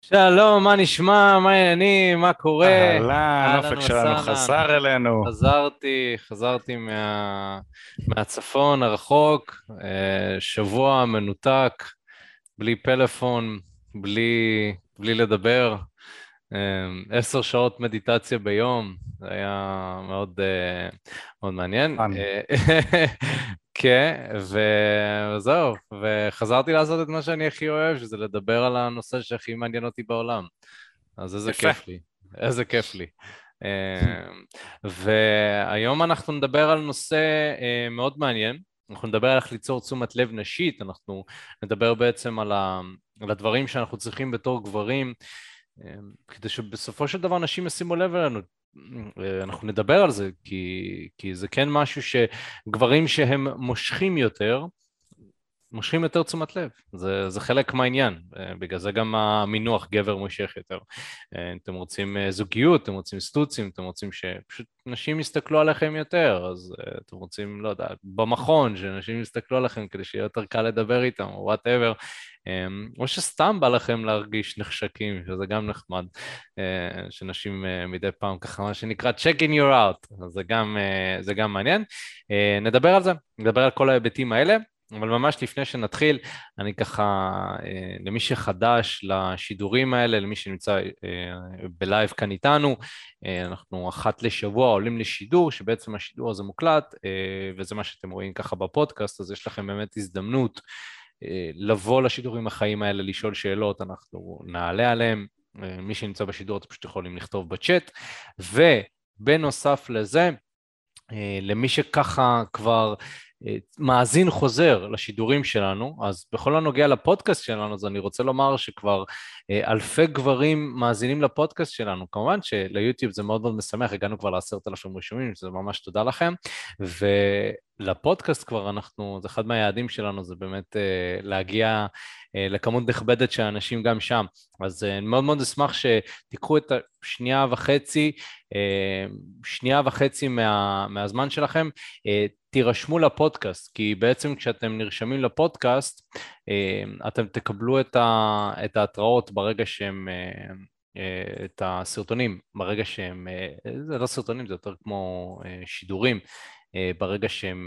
שלום, מה נשמע? מה העניינים? מה קורה? אהלן, אהלן אופק שלנו וסהלן. חזר אלינו. חזרתי מהצפון הרחוק, שבוע מנותק, בלי פלאפון, בלי לדבר, 10 שעות מדיטציה ביום, זה היה מאוד מעניין. פאן. כן, וזהו, וחזרתי לעשות את מה שאני הכי אוהב, שזה לדבר על הנושא שהכי מעניין אותי בעולם. אז איזה יפה. כיף לי, איזה כיף לי. והיום אנחנו נדבר על נושא מאוד מעניין, אנחנו נדבר על איך ליצור תשומת לב נשית, אנחנו נדבר בעצם על הדברים שאנחנו צריכים בתור גברים, כדי שבסופו של דבר נשים ישימו לב אלינו. אנחנו נדבר על זה, כי זה כן משהו שגברים שהם מושכים יותר תשומת לב, זה חלק מהעניין, בגלל זה גם המינוח גבר מושך יותר. אתם רוצים זוגיות, אתם רוצים סטוצים, אתם רוצים שפשוט נשים יסתכלו עליכם יותר, אז אתם רוצים, לא יודע, במכון, שנשים יסתכלו עליכם כדי שיהיה יותר קל לדבר איתם, או whatever, או שסתם בא לכם להרגיש נחשקים, שזה גם נחמד, שנשים מדי פעם ככה, מה שנקרא check in your out, אז זה גם מעניין. נדבר על זה, נדבר על כל ההיבטים האלה. אבל ממש לפני שנתחיל, אני ככה, למי שחדש לשידורים האלה, למי שנמצא בלייב כאן איתנו, אנחנו אחת לשבוע עולים לשידור, שבעצם השידור הזה מוקלט, וזה מה שאתם רואים ככה בפודקאסט, אז יש לכם באמת הזדמנות לבוא לשידורים החיים האלה, לשאול שאלות, אנחנו נעלה עליהם, מי שנמצא בשידור אתם פשוט יכולים לכתוב בצ'אט, ובנוסף לזה, למי שככה כבר מאזין חוזר לשידורים שלנו, אז בכל הנוגע לפודקאסט שלנו, אז אני רוצה לומר שכבר אלפי גברים מאזינים לפודקאסט שלנו, כמובן שליוטיוב זה מאוד מאוד משמח, הגענו כבר ל10,000 רשומים, שזה ממש תודה לכם, ולפודקאסט כבר זה אחד מהיעדים שלנו, זה באמת להגיע לכמות נכבדת של אנשים גם שם, אז אני מאוד מאוד אשמח שתיקחו את שנייה וחצי מהזמן שלכם, תירשמו לפודקאסט, כי בעצם כשאתם נרשמים לפודקאסט, אתם תקבלו את ההתראות ברגע שהם, את הסרטונים, ברגע שהם, זה לא סרטונים, זה יותר כמו שידורים, ברגע שהם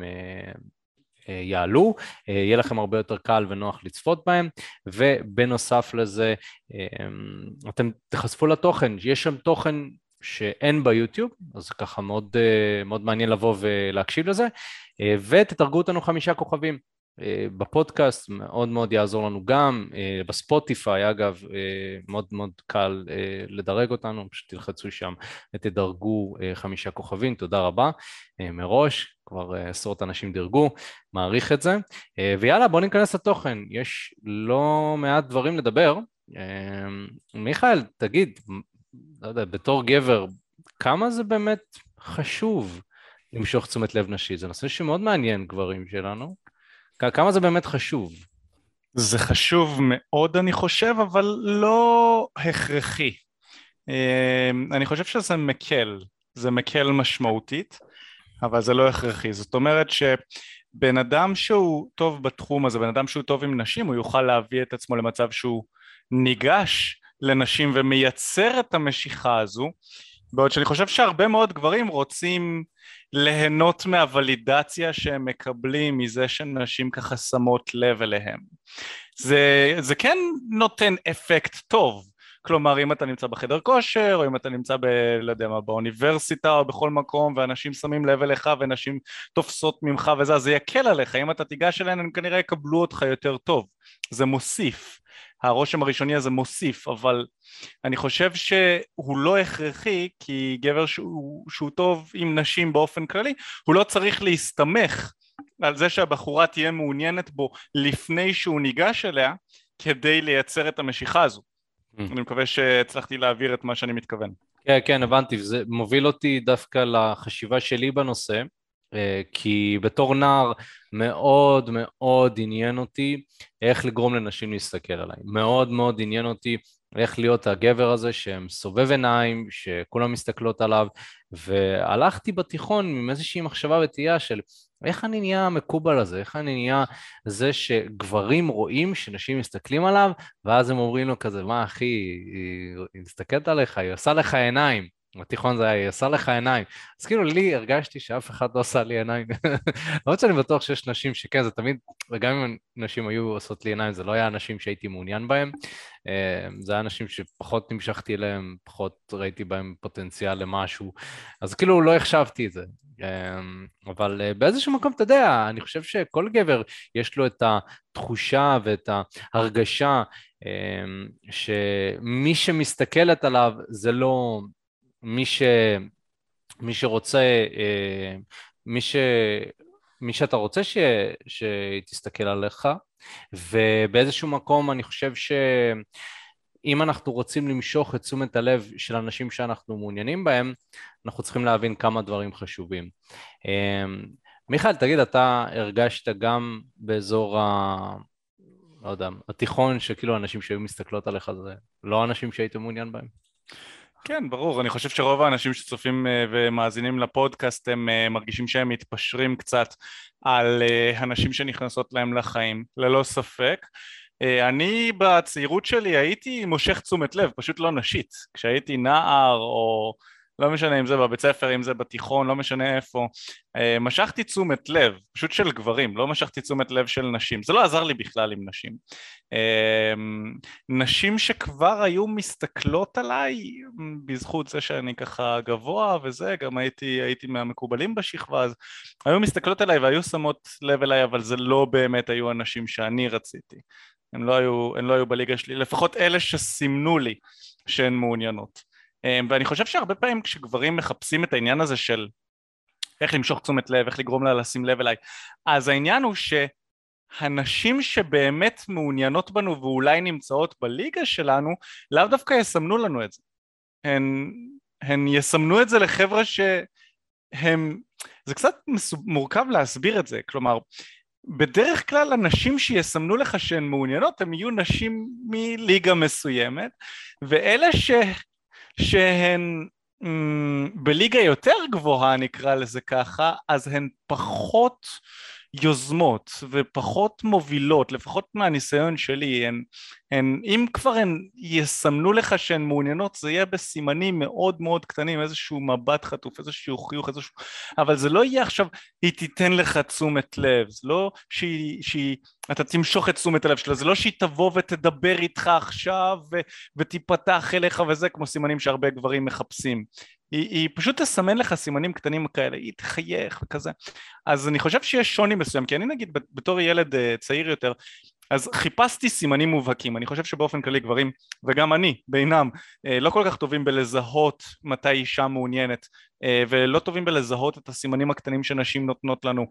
יעלו, יהיה לכם הרבה יותר קל ונוח לצפות בהם, ובנוסף לזה, אתם תחשפו לתוכן, יש שם תוכן שאין ביוטיוב, אז ככה מאוד, מאוד מעניין לבוא ולהקשיב לזה, ותתרגו אותנו 5 כוכבים. בפודקאסט מאוד מאוד יעזור לנו גם, בספוטיפיי אגב מאוד מאוד קל לדרג אותנו, פשוט תלחצו שם ותדרגו 5 כוכבים, תודה רבה מראש, כבר עשרות אנשים דרגו, מעריך את זה, ויאללה בוא ניכנס לתוכן, יש לא מעט דברים לדבר. מיכאל, תגיד, לא יודע, בתור גבר, כמה זה באמת חשוב למשוך תשומת לב נשית? זה נושא שמאוד מעניין גברים שלנו. כמה זה באמת חשוב? זה חשוב מאוד אני חושב, אבל לא הכרחי. אני חושב שזה מקל, זה מקל משמעותית, אבל זה לא הכרחי. זאת אומרת שבן אדם שהוא טוב בתחום הזה, בן אדם שהוא טוב עם נשים, הוא יוכל להביא את עצמו למצב שהוא ניגש לנשים ומייצר את המשיכה הזו, בעוד שאני חושב שהרבה מאוד גברים רוצים ליהנות מהוולידציה שהם מקבלים מזה שנשים ככה שמות לב אליהם. זה כן נותן אפקט טוב, כלומר אם אתה נמצא בחדר כושר או אם אתה נמצא לא יודע מה, באוניברסיטה או בכל מקום ואנשים שמים לב אליך ונשים תופסות ממך וזה, זה יקל עליך, אם אתה תיגש אליהן הם כנראה יקבלו אותך יותר טוב, זה מוסיף, הרושם הראשוני הזה מוסיף, אבל אני חושב שהוא לא הכרחי, כי גבר שהוא טוב עם נשים באופן כללי, הוא לא צריך להסתמך על זה שהבחורה תהיה מעוניינת בו לפני שהוא ניגש אליה, כדי לייצר את המשיכה הזו. אני מקווה שהצלחתי להעביר את מה שאני מתכוון. כן, כן, הבנתי, וזה מוביל אותי דווקא לחשיבה שלי בנושא, כי בתור נער מאוד מאוד עניין אותי איך לגרום לנשים להסתכל עליי, מאוד מאוד עניין אותי איך להיות הגבר הזה שמסובב עיניים, שכולם מסתכלות עליו, והלכתי בתיכון עם איזושהי מחשבה ותהייה של איך אני נהיה המקובל הזה, איך אני נהיה זה שגברים רואים שנשים מסתכלים עליו, ואז הם אומרים לו כזה, מה אחי, היא מסתכלת עליך, היא עושה לך עיניים. בתיכון זה היה, היא עושה לך עיניים. אז כאילו לי הרגשתי שאף אחד לא עושה לי עיניים. למרות שאני בטוח שיש נשים שכן, זה תמיד, וגם אם נשים היו עושות לי עיניים, זה לא היה אנשים שהייתי מעוניין בהם. זה היה אנשים שפחות נמשכתי אליהם, פחות ראיתי בהם פוטנציאל למשהו. אז כאילו לא החשבתי את זה. אבל באיזשהו מקום, אתה יודע, אני חושב שכל גבר יש לו את התחושה ואת ההרגשה שמי שמסתכלת עליו זה לא מי שרוצה, מי ש... מי שאתה רוצה שתסתכל עליך, ובאיזשהו מקום אני חושב שאם אנחנו רוצים למשוך את תשומת הלב של אנשים שאנחנו מעוניינים בהם, אנחנו צריכים להבין כמה דברים חשובים. מיכאל, תגיד, אתה הרגשת גם באזור לא יודע, התיכון, שכאילו אנשים שהיו מסתכלות עליך זה לא אנשים שהיית מעוניין בהם? כן, ברור, אני חושב שרוב האנשים שצופים ומאזינים לפודקאסט הם מרגישים שהם מתפשרים קצת על הנשים שנכנסות להם לחיים, ללא ספק. אני בצעירות שלי הייתי מושך תשומת לב, פשוט לא נשית. כשהייתי נער או לא משנה אם זה בבית ספר, אם זה בתיכון, לא משנה איפה, משכתי תשומת לב, פשוט של גברים, לא משכתי תשומת לב של נשים. זה לא עזר לי בכלל עם נשים. נשים שכבר היו מסתכלות עליי, בזכות זה שאני ככה גבוה וזה, גם הייתי מהמקובלים בשכבה, אז היו מסתכלות עליי והיו שמות לב אליי, אבל זה לא באמת היו אנשים שאני רציתי. הם לא היו בליגה שלי, לפחות אלה שסימנו לי שהן מעוניינות. ואני חושב שהרבה פעמים כשגברים מחפשים את העניין הזה של איך למשוך תשומת לב, איך לגרום לה לשים לב אליי, אז העניין הוא שהנשים שבאמת מעוניינות בנו ואולי נמצאות בליגה שלנו, לאו דווקא יסמנו לנו את זה. הן יסמנו את זה לחבר'ה שהם, זה קצת מורכב להסביר את זה, כלומר, בדרך כלל הנשים שיסמנו לך שהן מעוניינות, הן יהיו נשים מליגה מסוימת, ואלה שהן בליגה יותר גבוהה נקרא לזה ככה, אז הן פחות יוזמות ופחות מובילות, לפחות מהניסיון שלי, אם כבר הן יסמנו לך שהן מעוניינות, זה יהיה בסימנים מאוד מאוד קטנים, איזשהו מבט חטוף, איזשהו חיוך, אבל זה לא יהיה עכשיו, היא תיתן לך תשומת לב, זה לא אתה תמשוך את תשומת הלב שלה, זה לא שהיא תבוא ותדבר איתך עכשיו ותיפתח אליך וזה, כמו סימנים שהרבה גברים מחפשים. היא פשוט תסמן לך סימנים קטנים כאלה, היא תחייך וכזה. אז אני חושב שיש שוני מסוים, כי אני נגיד בתור ילד צעיר יותר, אז חיפשתי סימנים מובהקים. אני חושב שבאופן כללי גברים, וגם אני בינם, לא כל כך טובים בלזהות מתי אישה מעוניינת, ולא טובים בלזהות את הסימנים הקטנים שנשים נותנות לנו.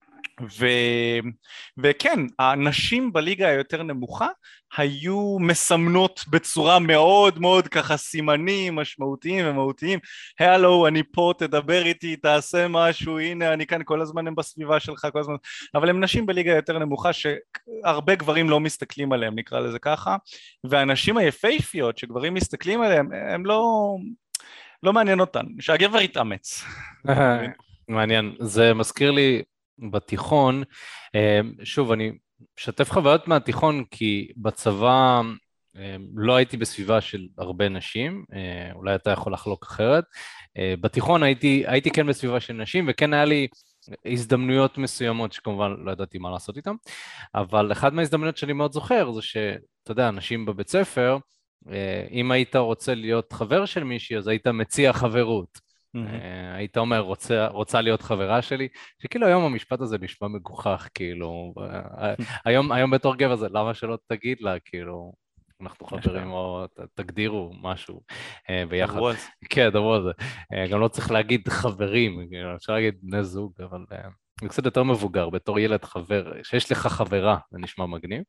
וכן, הנשים בליגה היותר נמוכה היו מסמנות בצורה מאוד מאוד ככה סימנים משמעותיים ומהותיים. הלו, אני פה, תדבר איתי, תעשה משהו, הנה אני כאן, כל הזמן הם בסביבה שלך, כל הזמן, אבל הם נשים בליגה יותר נמוכה שהרבה גברים לא מסתכלים עליהם, נקרא לזה ככה, והנשים היפהפיות שגברים מסתכלים עליהם, הם לא מעניין אותן, שהגבר יתאמץ. מעניין, זה מזכיר לי בתיכון, שוב, אני משתף חוויות מהתיכון, כי בצבא לא הייתי בסביבה של הרבה נשים, אולי אתה יכול לחלוק אחרת. בתיכון הייתי כן בסביבה של נשים, וכן היה לי הזדמנויות מסוימות שכמובן לא ידעתי מה לעשות איתן, אבל אחת מההזדמנויות שאני מאוד זוכר זה שאתה יודע, אנשים בבית ספר, אם היית רוצה להיות חבר של מישהי, אז היית מציע חברות. היית אומר, רוצה להיות חברה שלי, שכאילו היום המשפט הזה נשמע מגוחך, כאילו, היום בתור גבר זה, למה שלא תגיד לה, כאילו, אנחנו חברים, או תגדירו משהו ביחד. כן, דברו על זה. גם לא צריך להגיד חברים, אפשר להגיד בני זוג, אבל זה קצת יותר מבוגר, בתור ילד חבר, שיש לך חברה, זה נשמע מגניב.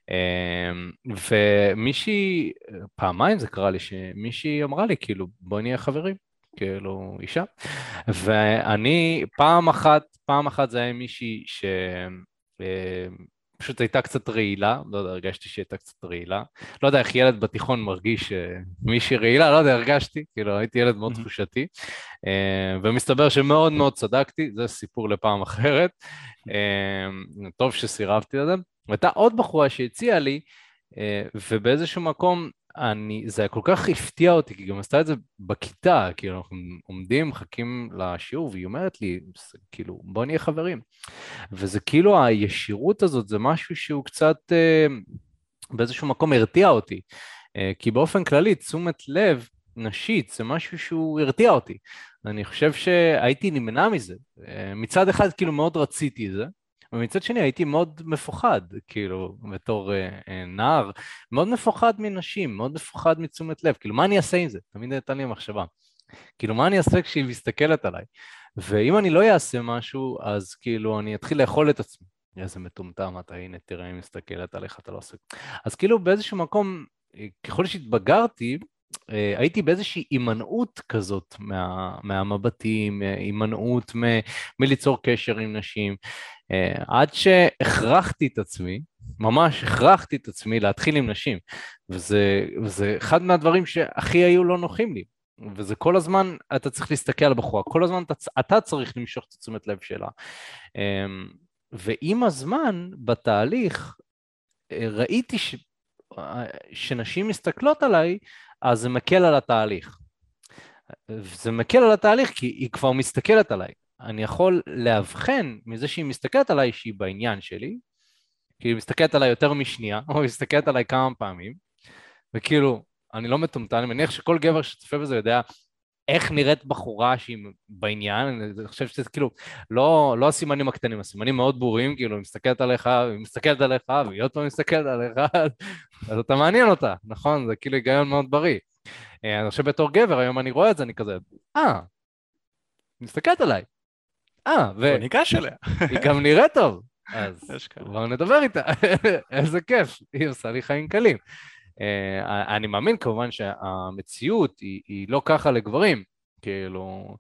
ומישהי, פעמיים זה קרה לי, שמישהי אמרה לי, כאילו, בואי נהיה חברים. כאילו אישה, ואני פעם אחת זה היה מישהי פשוט הייתה קצת רעילה, לא יודע, הרגשתי שהייתה קצת רעילה. לא יודע איך ילד בתיכון מרגיש מישהי רעילה, לא יודע, הרגשתי, כאילו הייתי ילד מאוד תחושתי, ומסתבר שמאוד מאוד צדקתי, זה סיפור לפעם אחרת, טוב שסירבתי לזה. והייתה עוד בחורה שהציעה לי, ובאיזשהו מקום, זה כל כך הפתיע אותי, כי גם עשתה את זה בכיתה, כאילו אנחנו עומדים, מחכים לשיעור, והיא אומרת לי, כאילו, בוא נהיה חברים. וזה כאילו הישירות הזאת, זה משהו שהוא קצת באיזשהו מקום הרתיע אותי, כי באופן כללי, תשומת לב נשית, זה משהו שהוא הרתיע אותי. אני חושב שהייתי נמנע מזה. מצד אחד, כאילו, מאוד רציתי את זה, ומצד שני הייתי מאוד מפוחד, כאילו, בתור נער, מאוד מפוחד מנשים, מאוד מפוחד מתשומת לב, כאילו, מה אני אעשה עם זה? תמיד הייתה לי מחשבה. כאילו, מה אני אעשה כשהיא מסתכלת עליי? ואם אני לא אעשה משהו, אז כאילו, אני אתחיל לאכול את עצמי. איזה מטומטם אתה, הנה, תראה, היא מסתכלת עליך, אתה לא עושה. אז כאילו, באיזשהו מקום, ככל שהתבגרתי, הייתי באיזושהי הימנעות כזאת מהמבטים, הימנעות מליצור קשר עם נשים, עד שהכרחתי את עצמי, ממש הכרחתי את עצמי להתחיל עם נשים, וזה אחד מהדברים שהכי היו לא נוחים לי, וזה כל הזמן אתה צריך להסתכל על הבחורה, כל הזמן אתה צריך למשוך את תשומת לב שלה, ועם הזמן בתהליך ראיתי שנשים מסתכלות עליי, אז זה מקל על התהליך. זה מקל על התהליך כי היא כבר מסתכלת עליי. אני יכול להבחן מזה שהיא מסתכלת עליי שהיא בעניין שלי, כי היא מסתכלת עליי יותר משנייה, או היא מסתכלת עליי כמה פעמים, וכאילו, אני לא מטומטם, אני מניח שכל גבר שצופה בזה יודע איך נראית בחורה שהיא בעניין, אני חושב שזה כאילו, לא הסימנים הקטנים, הסימנים מאוד ברורים, כאילו, היא מסתכלת עליך, והיא מסתכלת עליך, והיא עוד פעם מסתכלת עליך, אז אתה מעניין אותה, נכון? זה כאילו היגיון מאוד בריא. אני חושב בתור גבר, היום אני רואה את זה, אני כזה, מסתכלת עליי. בוא ניגש אליה. היא גם נראית טוב, אז בואו נדבר איתה, איזה כיף, היא עושה לי חיים קלים. אני מאמין כמובן שהמציאות היא לא ככה לגברים, כאילו,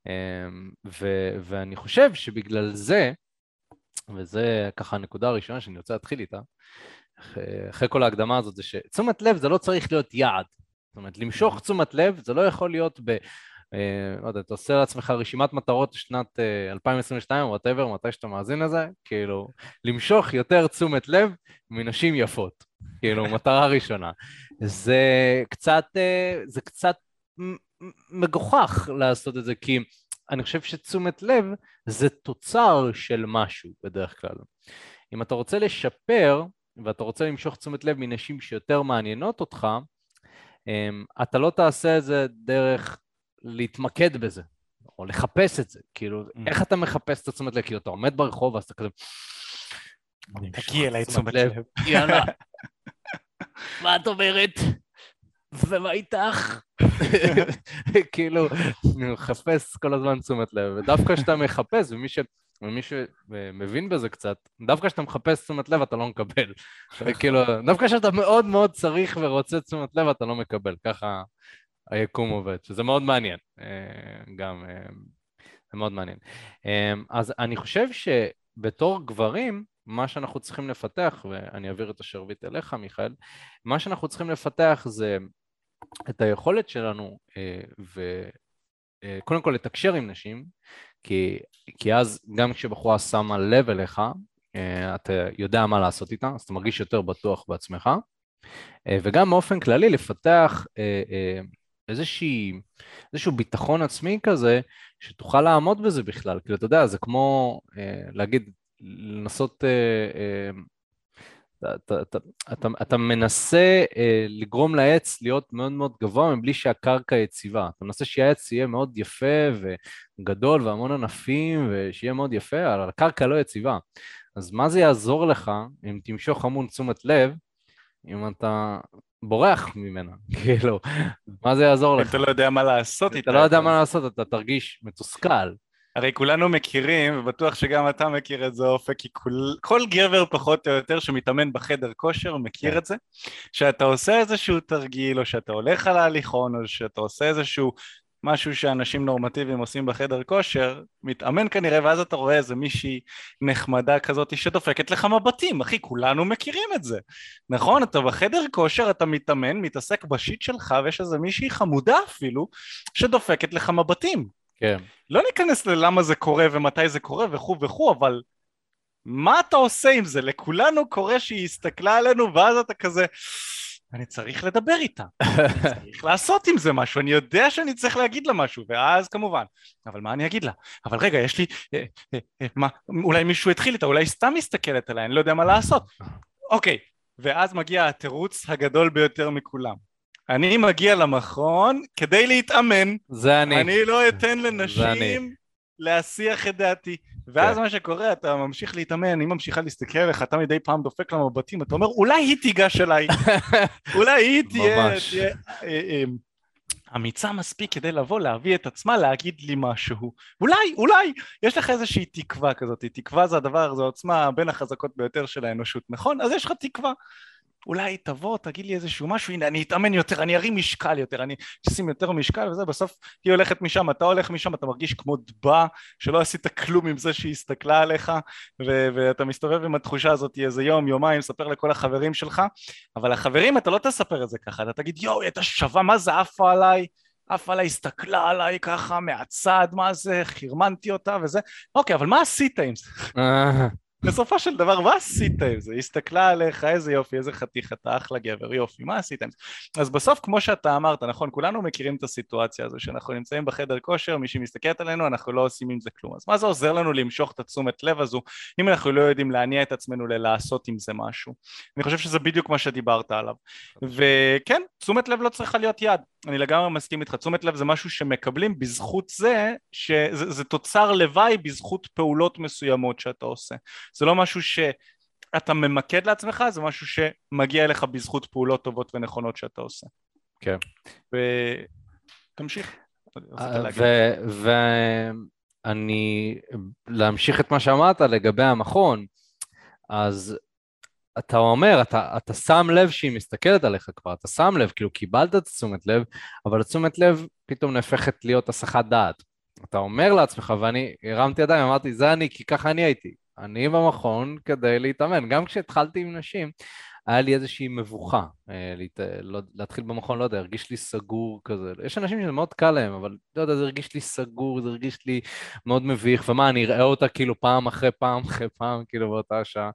ואני חושב שבגלל זה, וזה ככה הנקודה הראשונה שאני רוצה להתחיל איתה, אחרי כל ההקדמה הזאת, זה שתשומת לב זה לא צריך להיות יעד, זאת אומרת, למשוך תשומת לב זה לא יכול להיות לא יודע, אתה עושה לעצמך רשימת מטרות שנת 2022 או whatever, מתי שאתה מאזין לזה, כאילו, למשוך יותר תשומת לב מנשים יפות, כאילו, מטרה ראשונה. זה קצת מגוחך לעשות את זה, כי אני חושב שתשומת לב זה תוצר של משהו בדרך כלל. אם אתה רוצה לשפר, ואתה רוצה למשוך תשומת לב מנשים שיותר מעניינות אותך, אתה לא תעשה את זה דרך להתמקד בזה, או לחפש את זה, כאילו, איך אתה מחפש את תשומת לב? כאילו, אתה עומד ברחוב, ואז אתה כזה, תגיע אליי תשומת לב. יאללה, מה את אומרת? ומה איתך? כאילו, אני מחפש כל הזמן תשומת לב, ודווקא שאתה מחפש, ומי שמבין בזה קצת, דווקא שאתה מחפש תשומת לב, אתה לא מקבל. כאילו, דווקא שאתה מאוד מאוד צריך ורוצה תשומת לב, אתה לא מקבל, ככה היקום עובד, שזה מאוד מעניין, גם, זה מאוד מעניין. אז אני חושב שבתור גברים, מה שאנחנו צריכים לפתח, ואני אעביר את השרביט אליך, מיכאל, מה שאנחנו צריכים לפתח זה את היכולת שלנו, וקודם כל לתקשר עם נשים, כי אז גם כשבחורה שמה לב אליך, אתה יודע מה לעשות איתה, אז אתה מרגיש יותר בטוח בעצמך, וגם באופן כללי לפתח איזשהו ביטחון עצמי כזה, שתוכל לעמוד בזה בכלל, כאילו אתה יודע, זה כמו להגיד, לנסות, אתה מנסה לגרום לעץ להיות מאוד מאוד גבוה, מבלי שהקרקע יציבה, אתה מנסה שהעץ יהיה מאוד יפה וגדול והמון ענפים, ושיהיה מאוד יפה, אבל הקרקע לא יציבה, אז מה זה יעזור לך אם תמשוך המון תשומת לב, אם אתה בורח ממנה, כאילו, מה זה יעזור לך? אתה לא יודע מה לעשות איתה. אתה לא יודע מה לעשות, אתה תרגיש מתוסכל. הרי כולנו מכירים, ובטוח שגם אתה מכיר את זה, אופק, כי כל גבר פחות או יותר שמתאמן בחדר כושר מכיר את זה, שאתה עושה איזשהו תרגיל, או שאתה הולך על ההליכון, או שאתה עושה איזשהו משהו שאנשים נורמטיביים עושים בחדר כושר, מתאמן כנראה, ואז אתה רואה איזה מישהי נחמדה כזאת שדופקת לך מבטים, אחי, כולנו מכירים את זה, נכון? אתה בחדר כושר, אתה מתאמן, מתעסק בשיט שלך, ויש איזה מישהי חמודה אפילו, שדופקת לך מבטים. כן. לא ניכנס ללמה זה קורה ומתי זה קורה וכו' וכו', אבל מה אתה עושה עם זה? לכולנו קורה שהיא הסתכלה עלינו, ואז אתה כזה, אני צריך לדבר איתה, אני צריך לעשות עם זה משהו, אני יודע שאני צריך להגיד לה משהו, ואז כמובן, אבל מה אני אגיד לה? אבל רגע, יש לי, מה, אולי מישהו התחיל איתה, אולי סתם מסתכלת עליי, אני לא יודע מה לעשות. אוקיי, ואז מגיע התירוץ הגדול ביותר מכולם. אני מגיע למכון כדי להתאמן. זה אני לא אתן לנשים להסיח את דעתי. ואז מה שקורה, אתה ממשיך להתאמן, היא ממשיכה להסתכל עליך, אתה מדי פעם דופק לה מבטים, אתה אומר, אולי היא תיגש אליי, אולי היא תהיה אמיצה מספיק כדי לבוא, להביא את עצמה, להגיד לי משהו. אולי, יש לך איזושהי תקווה כזאת, תקווה זה הדבר, זו עוצמה בין החזקות ביותר של האנושות, נכון? אז יש לך תקווה. אולי תבוא, תגיד לי איזשהו משהו, הנה אני אתאמן יותר, אני ארים משקל יותר, אני אשים יותר משקל וזה, בסוף היא הולכת משם, אתה הולך משם, אתה מרגיש כמו דבא, שלא עשית כלום עם זה שהיא הסתכלה עליך, ואתה מסתובב עם התחושה הזאת איזה יום, יומיים, ספר לכל החברים שלך, אבל החברים אתה לא תספר את זה ככה, אתה תגיד יואו, היא הייתה שווה, מה זה עפה עליי, הסתכלה עליי ככה מהצד, מה זה, חרמנתי אותה וזה, אוקיי, אבל מה עשית עם זה? בסופו של דבר, מה עשית עם זה? הסתכלה עליך, איזה יופי, איזה חתיך, אתה אחלה גבר, יופי, מה עשית עם זה? אז בסוף, כמו שאתה אמרת, נכון, כולנו מכירים את הסיטואציה הזו, שאנחנו נמצאים בחדר כושר, מי שמסתכלת עלינו, אנחנו לא עושים עם זה כלום. אז מה זה עוזר לנו למשוך את התשומת לב הזו, אם אנחנו לא יודעים להניע את עצמנו לעשות עם זה משהו? אני חושב שזה בדיוק מה שדיברת עליו. וכן, תשומת לב לא צריכה להיות יד. אני לגמרי מסכים איתך, תשומת לב זה משהו שמקבלים בזכות זה, שזה תוצר לוואי בזכות פעולות מסוימות שאתה עושה. זה לא משהו שאתה ממקד לעצמך, זה משהו שמגיע אליך בזכות פעולות טובות ונכונות שאתה עושה. כן. ותמשיך. ואני, להמשיך את מה שאמרת לגבי המכון, אז אתה אומר, אתה שם לב שהיא מסתכלת עליך כבר, אתה שם לב, כאילו קיבלת את תשומת לב, אבל תשומת לב פתאום נהפכת להיות הסחת דעת. אתה אומר לעצמך, ואני הרמתי ידיים, אמרתי, זה אני, כי ככה אני הייתי. אני במכון כדי להתאמן. גם כשהתחלתי עם נשים, היה לי איזושהי מבוכה. להתחיל במכון, לא יודע, הרגיש לי סגור כזה. יש אנשים שזה מאוד קל להם, אבל לא יודע, זה הרגיש לי סגור, זה הרגיש לי מאוד מביך, ומה, אני אראה אותה כאילו פעם אחרי פעם, כאילו באותה שעה.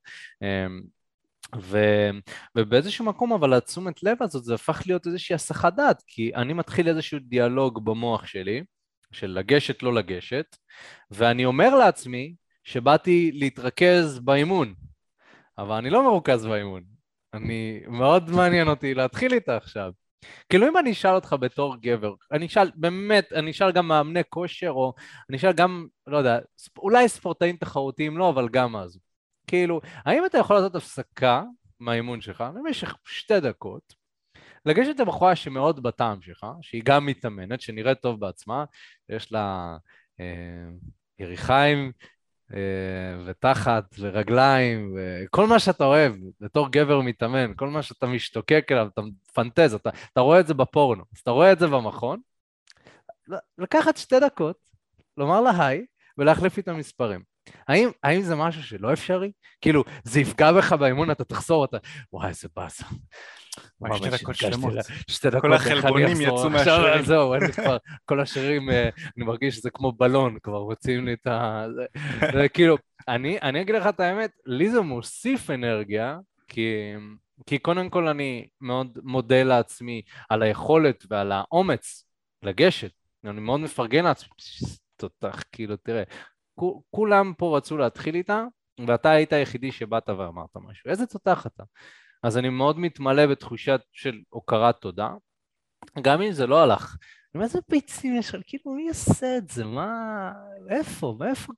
ובאיזשהו מקום, אבל התשומת לב הזאת, זה הפך להיות איזושהי הסחת דעת, כי אני מתחיל איזשהו דיאלוג במוח שלי, של לגשת, לא לגשת, ואני אומר לעצמי שבאתי להתרכז באימון, אבל אני לא מרוכז באימון. מאוד מעניין אותי להתחיל איתה עכשיו. כאילו אם אני אשאל אותך בתור גבר, אני אשאל גם מאמני כושר, או אני אשאל גם, לא יודע, אולי ספורטאים תחרותיים לא, אבל גם אז. כאילו, האם אתה יכול לעשות הפסקה מהאימון שלך, במשך 2 דקות, לגשת לבחורה שמאוד בטעם שלך, שהיא גם מתאמנת, שנראית טוב בעצמה, יש לה יריחיים ותחת ורגליים, וכל מה שאתה אוהב, בתור גבר מתאמן, כל מה שאתה משתוקק אליו, אתה מפנטז, אתה רואה את זה בפורנו, אז אתה רואה את זה במכון, לקחת 2 דקות, לומר לה היי, ולהחליף איתם מספרים. האם זה משהו שלא אפשרי? כאילו, זה יפגע בך באימון, אתה תחזור, וואי, איזה באסה. 2 דקות שלמות. 2 דקות. כל החלבונים יצאו מהשרירים. זהו, אין לי כבר, כל השרירים, אני מרגיש שזה כמו בלון, כבר רוצים לי את ה... זה כאילו, אני אגיד לך את האמת, לי זה מוסיף אנרגיה, כי קודם כל אני מאוד מודה לעצמי על היכולת ועל האומץ לגשת. אני מאוד מפרגן לעצמי, תותח, כאילו, תראה, כולם פה רצו להתחיל איתה, ואתה היית היחידי שבאת ואמרת משהו. איזה תותח אתה? אז אני מאוד מתמלא בתחושת של הוקרת תודה, גם אם זה לא הלך. איזה ביצים יש לך? כאילו, מי עושה את זה? מה? איפה?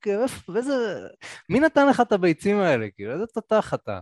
מי נתן לך את הביצים האלה? כאילו, איזה תותח אתה?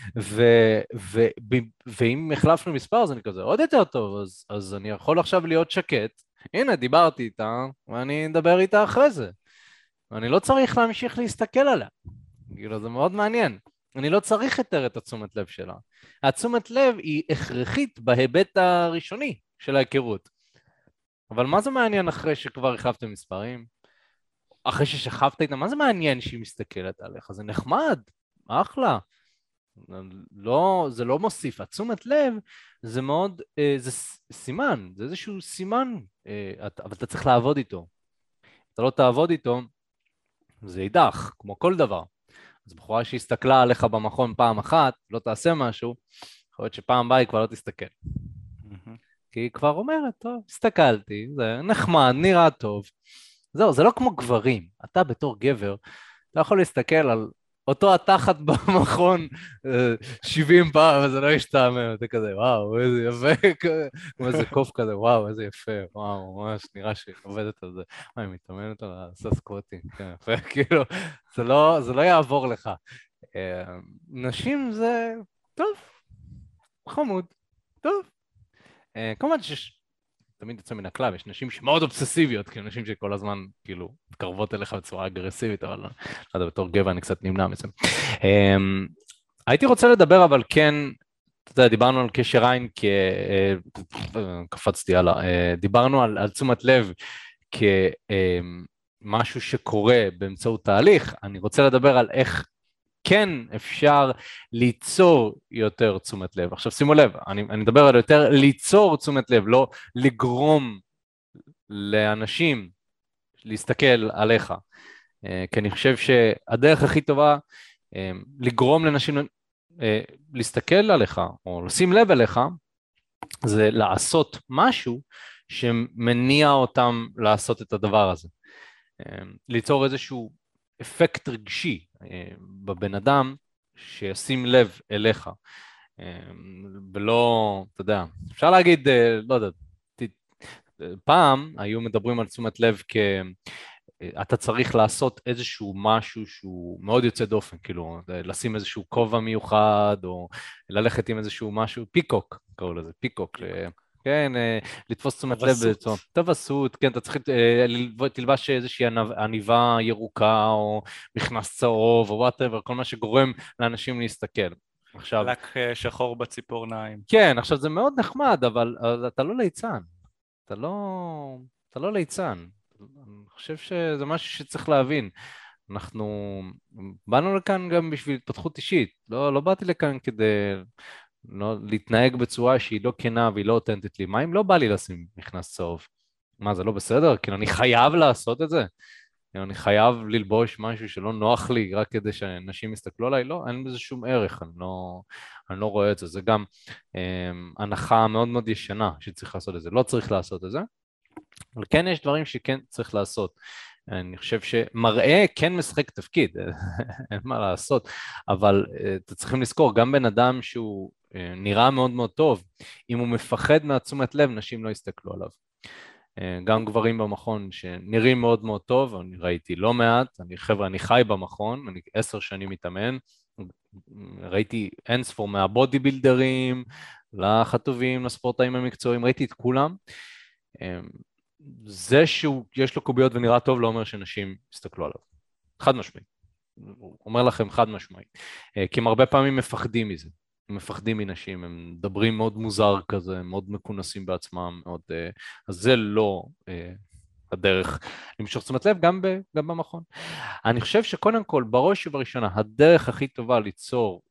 ואם החלפנו מספר, אז אני כזה עוד יותר טוב, אז אני יכול עכשיו להיות שקט. הנה, דיברתי איתה, ואני אדבר איתה אחרי זה. ואני לא צריך להמשיך להסתכל עליה. כאילו, זה מאוד מעניין. אני לא צריך יותר את התשומת לב שלה. התשומת לב היא הכרחית בהיבט הראשוני של ההיכרות. אבל מה זה מעניין אחרי שכבר החלפתם מספרים? אחרי ששכבת איתה, מה זה מעניין שהיא מסתכלת עליך? זה נחמד, אחלה. לא, זה לא מוסיף. התשומת לב זה מאוד, זה סימן, זה איזשהו סימן, אבל אתה צריך לעבוד איתו. אתה לא תעבוד איתו, זה יידח, כמו כל דבר. אז בחורה שהסתכלה עליך במכון פעם אחת, לא תעשה משהו, יכול להיות שפעם הבאה היא כבר לא תסתכל. כי היא כבר אומרת, טוב, הסתכלתי, זה נחמד, נראה טוב. זהו, זה לא כמו גברים. אתה בתור גבר, אתה יכול להסתכל על אותו התחת במכון 70 פעם, וזה לא ישתעמם, אתה כזה, וואו, איזה יפה, כמו איזה קוף כזה, וואו, איזה יפה, וואו, ממש נראה שהיא עובדת על זה. היא מתאמנת על הסקווטים, כן, יפה, כאילו, זה לא יעבור לך. נשים זה, טוב, חמוד, טוב. כמובן שיש תמיד יוצא מן הכלל, יש נשים שמאוד אובססיביות, כאילו נשים שכל הזמן כאילו מתקרבות אליך בצורה אגרסיבית, אבל לא יודע, בתור גבר אני קצת נמנע מזה. הייתי רוצה לדבר, אבל כן, אתה יודע, דיברנו על קשר עין, קפצתי הלאה, דיברנו על תשומת לב כמשהו שקורה באמצעות תהליך, אני רוצה לדבר על איך כן אפשר ליצור יותר תשומת לב. עכשיו שימו לב, אני מדבר על יותר ליצור תשומת לב, לא לגרום לאנשים להסתכל עליך. כי אני חושב שהדרך הכי טובה לגרום לאנשים להסתכל עליך, או לשים לב אליך, זה לעשות משהו שמניע אותם לעשות את הדבר הזה. ליצור איזשהו אפקט רגשי בבן אדם שישים לב אליך, ולא, אתה יודע, אפשר להגיד, לא יודע, פעם היו מדברים על תשומת לב אתה צריך לעשות איזשהו משהו שהוא מאוד יוצא דופן, כאילו לשים איזשהו כובע מיוחד, או ללכת עם איזשהו משהו, פיקוק, קראו לזה, פיקוק, כן, לתפוס תשומת לב, תבסות, כן, אתה צריך תלבש איזושהי עניבה ירוקה, או מכנס צהוב, או whatever, כל מה שגורם לאנשים להסתכל. עכשיו... לק שחור בציפורניים. כן, עכשיו זה מאוד נחמד, אבל אתה לא ליצן. אתה לא ליצן. אני חושב שזה משהו שצריך להבין. אנחנו באנו לכאן גם בשביל התפתחות אישית. לא באתי לכאן כדי להתנהג בצורה שהיא לא כנה והיא לא אותנטית לי. מה אם לא בא לי לשים מכנס צהוב? מה, זה לא בסדר? כאילו אני חייב לעשות את זה? אני חייב ללבוש משהו שלא נוח לי רק כדי שאנשים יסתכלו עליי? לא, אין בזה שום ערך, אני לא רואה את זה. זה גם הנחה מאוד מאוד ישנה שצריך לעשות את זה. לא צריך לעשות את זה, אבל כן יש דברים שכן צריך לעשות. אני חושב שמראה כן משחק תפקיד, אין מה לעשות, אבל אתם צריכים לזכור, גם בן אדם שהוא נראה מאוד מאוד טוב, אם הוא מפחד מהתשומת לב, נשים לא יסתכלו עליו. גם גברים במכון שנראים מאוד מאוד טוב, אני ראיתי לא מעט, אני חי במכון, אני 10 שנים מתאמן, ראיתי אינספור מהבודי בילדרים, לחטובים, לספורטאים המקצועיים, ראיתי את כולם. זה שיש לו קוביות ונראה טוב לא אומר שנשים יסתכלו עליו. חד משמעית. הוא אומר לכם חד משמעית. כי הם הרבה פעמים מפחדים מזה. הם מפחדים מנשים, הם מדברים מאוד מוזר כזה, מאוד מכונסים בעצמם, מאוד, אז זה לא הדרך למשוך תשומת לב גם במכון. אני חושב שקודם כל, בראש ובראשונה, הדרך הכי טובה ליצור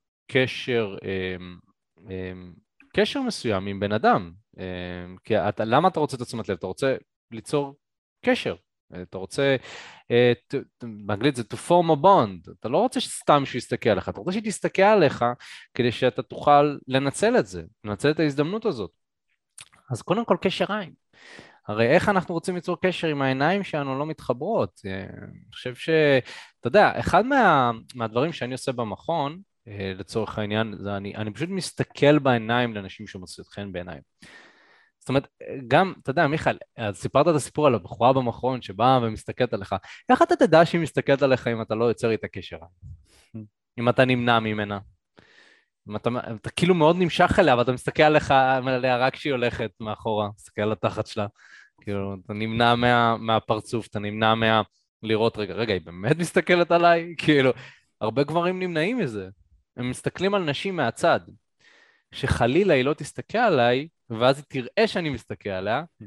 קשר מסוים עם בן אדם, כי למה אתה רוצה את תשומת לב? אתה רוצה ליצור קשר, אתה רוצה, באנגלית זה to form a bond, אתה לא רוצה סתם שהוא יסתכל עליך, אתה רוצה שתסתכל עליך כדי שאתה תוכל לנצל את זה, לנצל את ההזדמנות הזאת. אז קודם כל קשר עין. הרי איך אנחנו רוצים ליצור קשר עם העיניים שלנו לא מתחברות? אני חושב אתה יודע, אחד מהדברים שאני עושה במכון, לצורך העניין, זה אני פשוט מסתכל בעיניים לאנשים שמוצאים חן בעיניים. זאת אומרת, גם, אתה יודע, מיכאל, סיפרת את הסיפור על הבחורה במכון שבאה ומסתכלת עליך, איך אתה תדע שהיא מסתכלת עליך אם אתה לא יוצר איתה קשר? אם אתה נמנע ממנה? אם אתה כאילו מאוד נמשך אליה, אבל אתה מסתכל עליה רק כשהיא הולכת מאחורה, מסתכל על התחת שלה, כאילו, אתה נמנע מהפרצוף, אתה נמנע לראות, רגע, היא באמת מסתכלת עליי? כאילו, הרבה גברים נמנעים מזה. הם מסתכלים על נשים מהצד, שחלילה היא לא תסתכל עליי, ואז היא תראה שאני מסתכל עליה,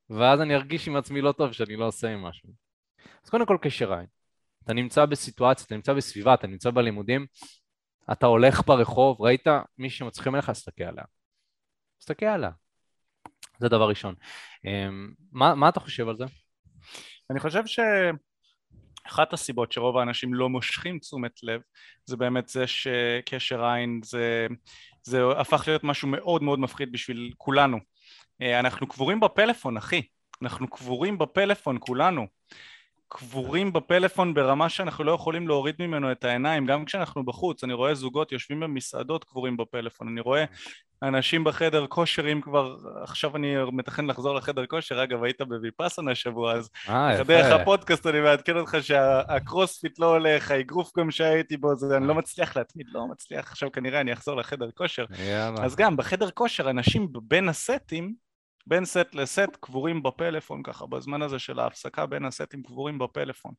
ואז אני ארגיש עם עצמי לא טוב שאני לא עושה עם משהו. אז קודם כל קשר עין. אתה נמצא בסיטואציה, אתה נמצא בסביבה, אתה נמצא בלימודים, אתה הולך ברחוב, ראית מישהו מצליחים אליך, תסתכל עליה. תסתכל עליה. זה דבר ראשון. מה אתה חושב על זה? אני חושב שאחת הסיבות שרוב האנשים לא מושכים תשומת לב, זה באמת זה שקשר עין זה הפך להיות משהו מאוד מאוד מפחיד בשביל כולנו. אנחנו קבורים בפלאפון, אחי. אנחנו קבורים בפלאפון, כולנו. קבורים בפלאפון ברמה שאנחנו לא יכולים להוריד ממנו את העיניים, גם כשאנחנו בחוץ. אני רואה זוגות יושבים במסעדות קבורים בפלאפון, אני רואה אנשים בחדר כושר, אם כבר עכשיו אני מתכן לחזור לחדר כושר, אגב היית בויפאסנה השבוע, אז דרך הפודקאסט אני מעדכן אותך שהקרוספיט לא הולך, האגרוף גם שהייתי בו, אני לא מצליח להתמיד, לא מצליח, עכשיו כנראה אני אחזור לחדר כושר. אז גם בחדר כושר אנשים בין הסטים, בין סט לסט קבורים בפלאפון, ככה בזמן הזה של ההפסקה בין הסטים קבורים בפלאפון,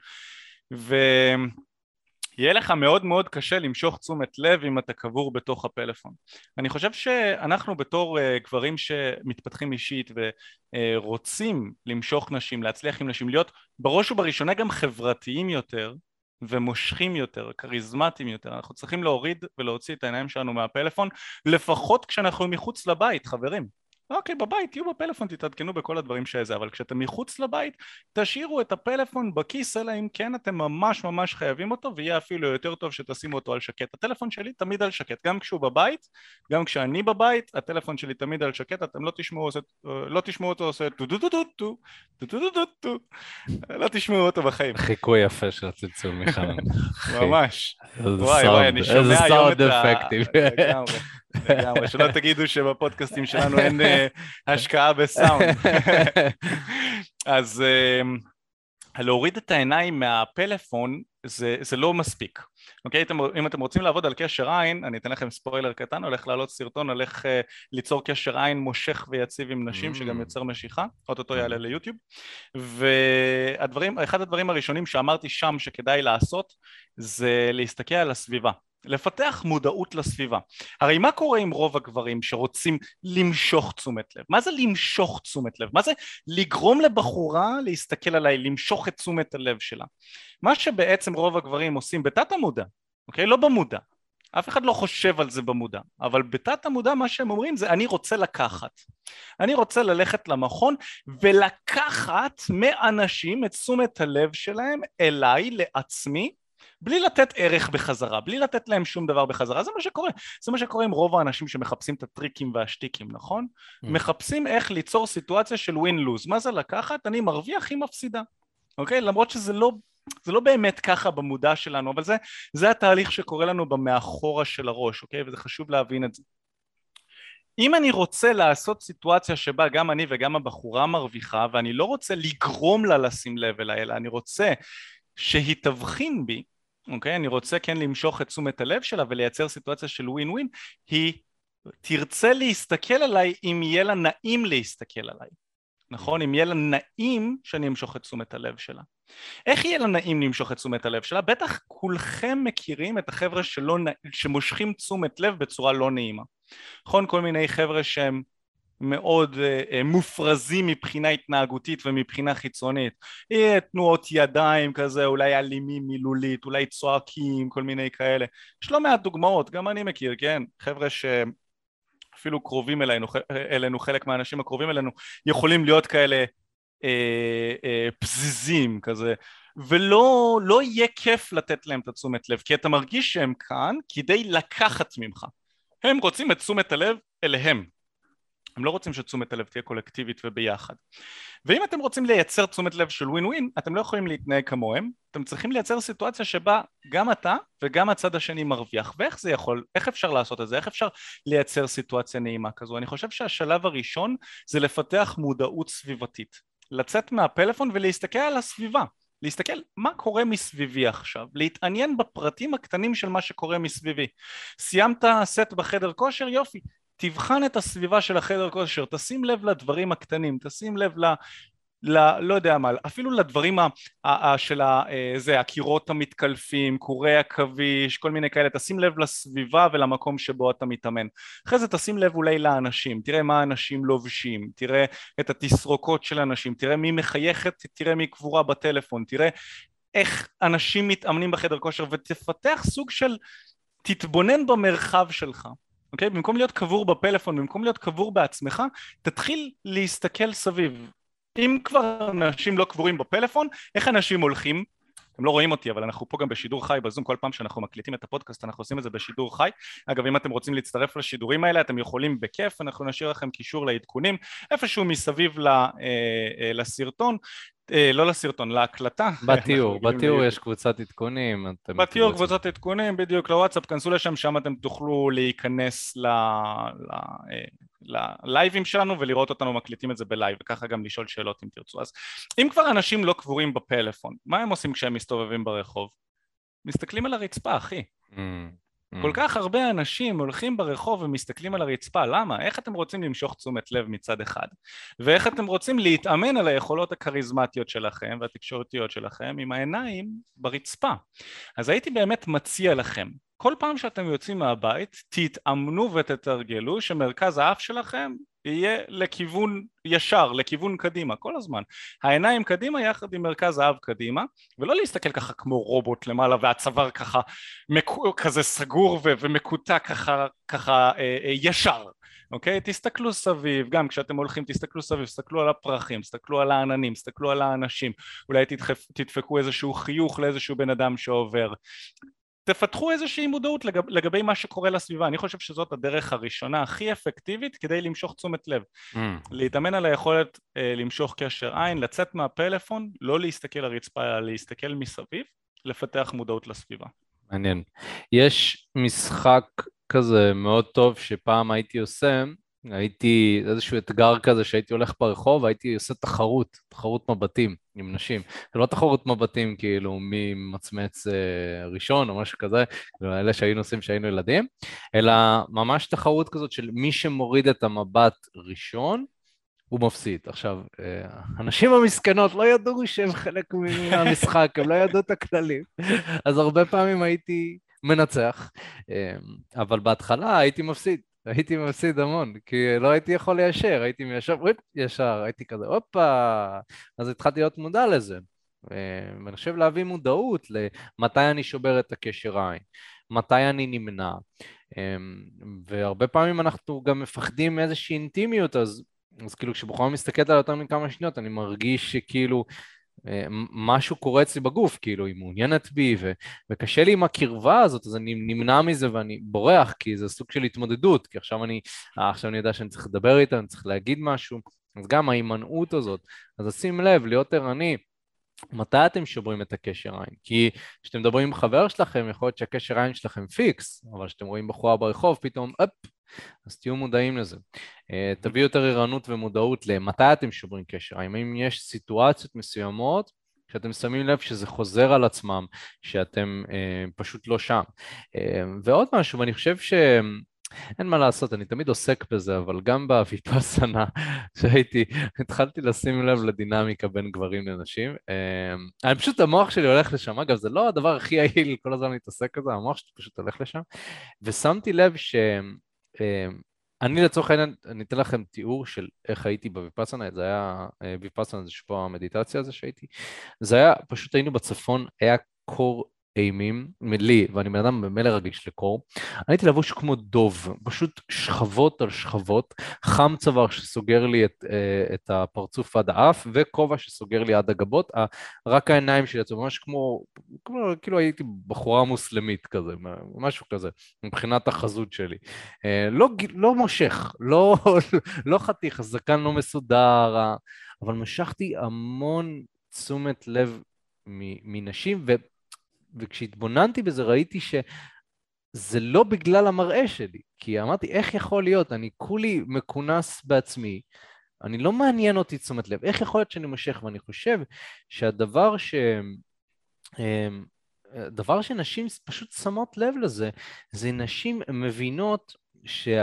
ויהיה לך מאוד מאוד קשה למשוך תשומת לב אם אתה קבור בתוך הפלאפון. אני חושב שאנחנו בתור גברים שמתפתחים אישית ורוצים למשוך נשים, להצליח עם נשים, להיות בראש ובראשונה גם חברתיים יותר ומושכים יותר, קריזמטיים יותר, אנחנו צריכים להוריד ולהוציא את העיניים שלנו מהפלאפון, לפחות כשאנחנו מחוץ לבית, חברים. אוקיי, בבית, תהיו בפלאפון, תתעדכנו בכל הדברים שזה, אבל כשאתם מחוץ לבית, תשאירו את הפלאפון בכיס, אלא אם כן אתם ממש ממש חייבים אותו, ויהיה אפילו יותר טוב שתשימו אותו על שקט. הטלפון שלי תמיד על שקט, גם כשהוא בבית, גם כשאני בבית, הטלפון שלי תמיד על שקט, אתם לא תשמעו אותו עושה טו-טו-טו-טו, טו-טו-טו-טו, לא תשמעו אותו בחיים. חיקוי יפה של הצלצול, מיכל. ממש. וואי, אני שומע היום את לגמרי, שלא תגידו שבפודקאסטים שלנו אין השקעה בסאונד. אז להוריד את העיניים מהפלאפון זה לא מספיק. אוקיי, אם אתם רוצים לעבוד על קשר עין, אני אתן לכם ספוילר קטן, הולך לעלות סרטון, הולך ליצור קשר עין מושך ויציב עם נשים, שגם יוצר משיכה, אותו יעלה ליוטיוב. ואחד הדברים הראשונים שאמרתי שם שכדאי לעשות, זה להסתכל על הסביבה. לפתח מודעות לסביבה. הרי מה קורה עם רוב הגברים שרוצים למשוך תשומת לב? מה זה למשוך תשומת לב? מה זה לגרום לבחורה להסתכל עליי, למשוך את תשומת הלב שלה? מה שבעצם רוב הגברים עושים בתת המודע, אוקיי? לא במודע. אף אחד לא חושב על זה במודע, אבל בתת המודע מה שהם אומרים זה אני רוצה לקחת. אני רוצה ללכת למכון ולקחת מאנשים את תשומת הלב שלהם אליי, לעצמי, בלי לתת ערך בחזרה, בלי לתת להם שום דבר בחזרה. זה מה שקורה. זה מה שקורה עם רוב האנשים שמחפשים את הטריקים והשטיקים, נכון? מחפשים איך ליצור סיטואציה של win-lose. מה זה לקחת? אני מרוויח, היא מפסידה. אוקיי? למרות שזה לא באמת ככה במודע שלנו, אבל זה התהליך שקורה לנו במאחורה של הראש, אוקיי? וזה חשוב להבין את זה. אם אני רוצה לעשות סיטואציה שבה גם אני וגם הבחורה מרוויחה, ואני לא רוצה לגרום לה לשים לב אליי, אלא אני רוצה שהיא תבחין בי, אוקיי? אני רוצה כן למשוך את תשומת הלב שלה ולייצר סיטואציה של ווין ווין, היא תרצה להסתכל עליי אם יהיה לה נעים להסתכל עליי, נכון? אם יהיה לה נעים שאני אמשוך את תשומת הלב שלה. איך יהיה לה נעים למשוך את תשומת הלב שלה? בטח כולכם מכירים את החבר'ה שמושכים תשומת לב בצורה לא נעימה. נכון? כל מיני חבר'ה שהם מאוד מופרזים מבחינה התנהגותית ומבחינה חיצונית, תנועות ידיים כזה, אולי אלימים מילולית, אולי צועקים, כל מיני כאלה. יש לא מעט דוגמאות, גם אני מכיר, כן? חבר'ה שאפילו קרובים אלינו, חלק מהאנשים הקרובים אלינו יכולים להיות כאלה פזיזים כזה, ולא יהיה כיף לתת להם את התשומת לב, כי אתה מרגיש שהם כאן כדי לקחת ממך. הם רוצים את תשומת הלב אליהם. הם לא רוצים שתשומת הלב תהיה קולקטיבית וביחד. ואם אתם רוצים לייצר תשומת לב של ווין ווין, אתם לא יכולים להתנהג כמוהם, אתם צריכים לייצר סיטואציה שבה גם אתה וגם הצד השני מרוויח. ואיך זה יכול, איך אפשר לעשות את זה? איך אפשר לייצר סיטואציה נעימה כזו? אני חושב שהשלב הראשון זה לפתח מודעות סביבתית. לצאת מהפלאפון ולהסתכל על הסביבה. להסתכל מה קורה מסביבי עכשיו, להתעניין בפרטים הקטנים של מה שקורה מסביבי. סיימת סט בחדר כושר, יופי. תבחן את הסביבה של החדר כושר, תשים לב לדברים הקטנים, תשים לב לא יודע מה, אפילו לדברים של הקירות המתקלפים, קורי עכביש, כל מיני כאלה, תשים לב לסביבה ולמקום שבו אתה מתאמן. אחרי זה תשים לב אולי לאנשים, תראה מה האנשים לובשים, תראה את התסרוקות של אנשים, תראה מי מחייכת, תראה מי קבורה בטלפון, תראה איך אנשים מתאמנים בחדר כושר, ותפתח סוג של, תתבונן במרחב שלך. אוקיי? במקום להיות קבור בפלאפון, במקום להיות קבור בעצמך, תתחיל להסתכל סביב. אם כבר אנשים לא קבורים בפלאפון, איך אנשים הולכים? אתם לא רואים אותי, אבל אנחנו פה גם בשידור חי בזום, כל פעם שאנחנו מקליטים את הפודקאסט, אנחנו עושים את זה בשידור חי. אגב, אם אתם רוצים להצטרף לשידורים האלה, אתם יכולים בכיף, אנחנו נשאיר לכם קישור לעדכונים, איפשהו מסביב לסרטון, לא לסרטון, להקלטה. בתיאור יש קבוצת עדכונים. בתיאור קבוצת עדכונים, בדיוק לוואטסאפ, כנסו לשם, שם אתם תוכלו להיכנס ללייבים שלנו ולראות אותנו מקליטים את זה בלייב, וככה גם לשאול שאלות אם תרצו. אז אם כבר אנשים לא קבורים בפלאפון, מה הם עושים כשהם מסתובבים ברחוב? מסתכלים על הרצפה, אחי. כל כך הרבה אנשים הולכים ברחוב ומסתכלים על הרצפה, למה? איך אתם רוצים למשוך תשומת לב מצד אחד? ואיך אתם רוצים להתאמן על היכולות הכריזמטיות שלכם והתקשורתיות שלכם עם העיניים ברצפה? אז הייתי באמת מציע לכם, כל פעם שאתם יוצאים מהבית, תתאמנו ותתרגלו שמרכז האף שלכם יהיה לכיוון ישר, לכיוון קדימה, כל הזמן. העיניים קדימה יחד עם מרכז האף קדימה, ולא להסתכל ככה כמו רובוט למעלה והצוואר ככה כזה סגור ומקוטע ככה ישר. אוקיי? תסתכלו סביב, גם כשאתם הולכים תסתכלו סביב, תסתכלו על הפרחים, תסתכלו על העננים, תסתכלו על האנשים, אולי תדפקו איזשהו חיוך לאיזשהו בן אדם שעובר. תפתחו איזושהי מודעות לגבי מה שקורה לסביבה. אני חושב שזאת הדרך הראשונה הכי אפקטיבית כדי למשוך תשומת לב. להתאמן על היכולת למשוך קשר עין, לצאת מהפלאפון, לא להסתכל על הרצפה, אלא להסתכל מסביב, לפתח מודעות לסביבה. מעניין. יש משחק כזה מאוד טוב שפעם הייתי עושה, הייתי איזשהו אתגר כזה שהייתי הולך ברחוב, הייתי עושה תחרות מבטים עם נשים. זה לא תחרות מבטים כאילו מי מצמץ ראשון או משהו כזה, אלה שהיינו עושים שהיינו ילדים, אלא ממש תחרות כזאת של מי שמוריד את המבט ראשון, הוא מפסיד. עכשיו, הנשים המסכנות לא ידעו שהם חלק מהמשחק, הם לא ידעו את הכללים, אז הרבה פעמים הייתי מנצח, אבל בהתחלה הייתי מפסיד המון, כי לא הייתי יכול ליישר, הייתי ישר, הייתי כזה, הופה, אז התחלתי להיות מודע לזה, ואני חושב להביא מודעות למתי אני שובר את הקשר עין, מתי אני נמנע, והרבה פעמים אנחנו גם מפחדים מאיזושהי אינטימיות, אז כאילו כשבחורה מסתכלת על יותר מכמה שניות, אני מרגיש שכאילו משהו קורה אצלי בגוף, כאילו היא מעוניינת בי, וקשה לי עם הקרבה הזאת, אז אני נמנע מזה ואני בורח, כי זה סוג של התמודדות, כי עכשיו אני יודע שאני צריך לדבר איתה, אני צריך להגיד משהו, אז גם ההימנעות הזאת, אז שים לב, להיות ערני, מתי אתם שוברים את הקשר עין? כי כשאתם מדברים עם חבר שלכם, יכול להיות שהקשר עין שלכם פיקס, אבל כשאתם רואים בחורה ברחוב, פתאום, אז תהיו מודעים לזה. תביאו יותר ערנות ומודעות למתי אתם שוברים קשר עין. אם יש סיטואציות מסוימות, שאתם שמים לב שזה חוזר על עצמם, שאתם פשוט לא שם. ועוד משהו, ואני חושב אין מה לעשות, אני תמיד עוסק בזה, אבל גם בוויפאסנה התחלתי לשים לב לדינמיקה בין גברים לנשים. אני פשוט, המוח שלי הולך לשם, אגב, זה לא הדבר הכי יעיל, כל הזמן להתעסק בזה, המוח שלי פשוט הולך לשם, ושמתי לב אני לצורך העניין, אני אתן לכם תיאור של איך הייתי בוויפאסנה, זה היה, ויפאסנה זה שבוע המדיטציה הזה שהייתי, זה היה, פשוט היינו בצפון, היה קור אימים, לי, ואני בן אדם במלא רגיש לקור, אני הייתי לבוש כמו דוב, פשוט שכבות על שכבות, חם צוואר שסוגר לי את הפרצוף עד האף, וכובע שסוגר לי עד הגבות, רק העיניים שלי יצאו, ממש כמו כאילו הייתי בחורה מוסלמית כזה, משהו כזה, מבחינת החזות שלי. לא מושך, לא חתיך, הזקן לא מסודר, אבל משכתי המון תשומת לב מנשים, וכשהתבוננתי בזה ראיתי שזה לא בגלל המראה שלי, כי אמרתי איך יכול להיות, אני כולי מכונס בעצמי, אני לא מעניין אותי תשומת לב, איך יכול להיות שאני מושך, ואני חושב שהדבר שנשים פשוט שמות לב לזה, זה נשים מבינות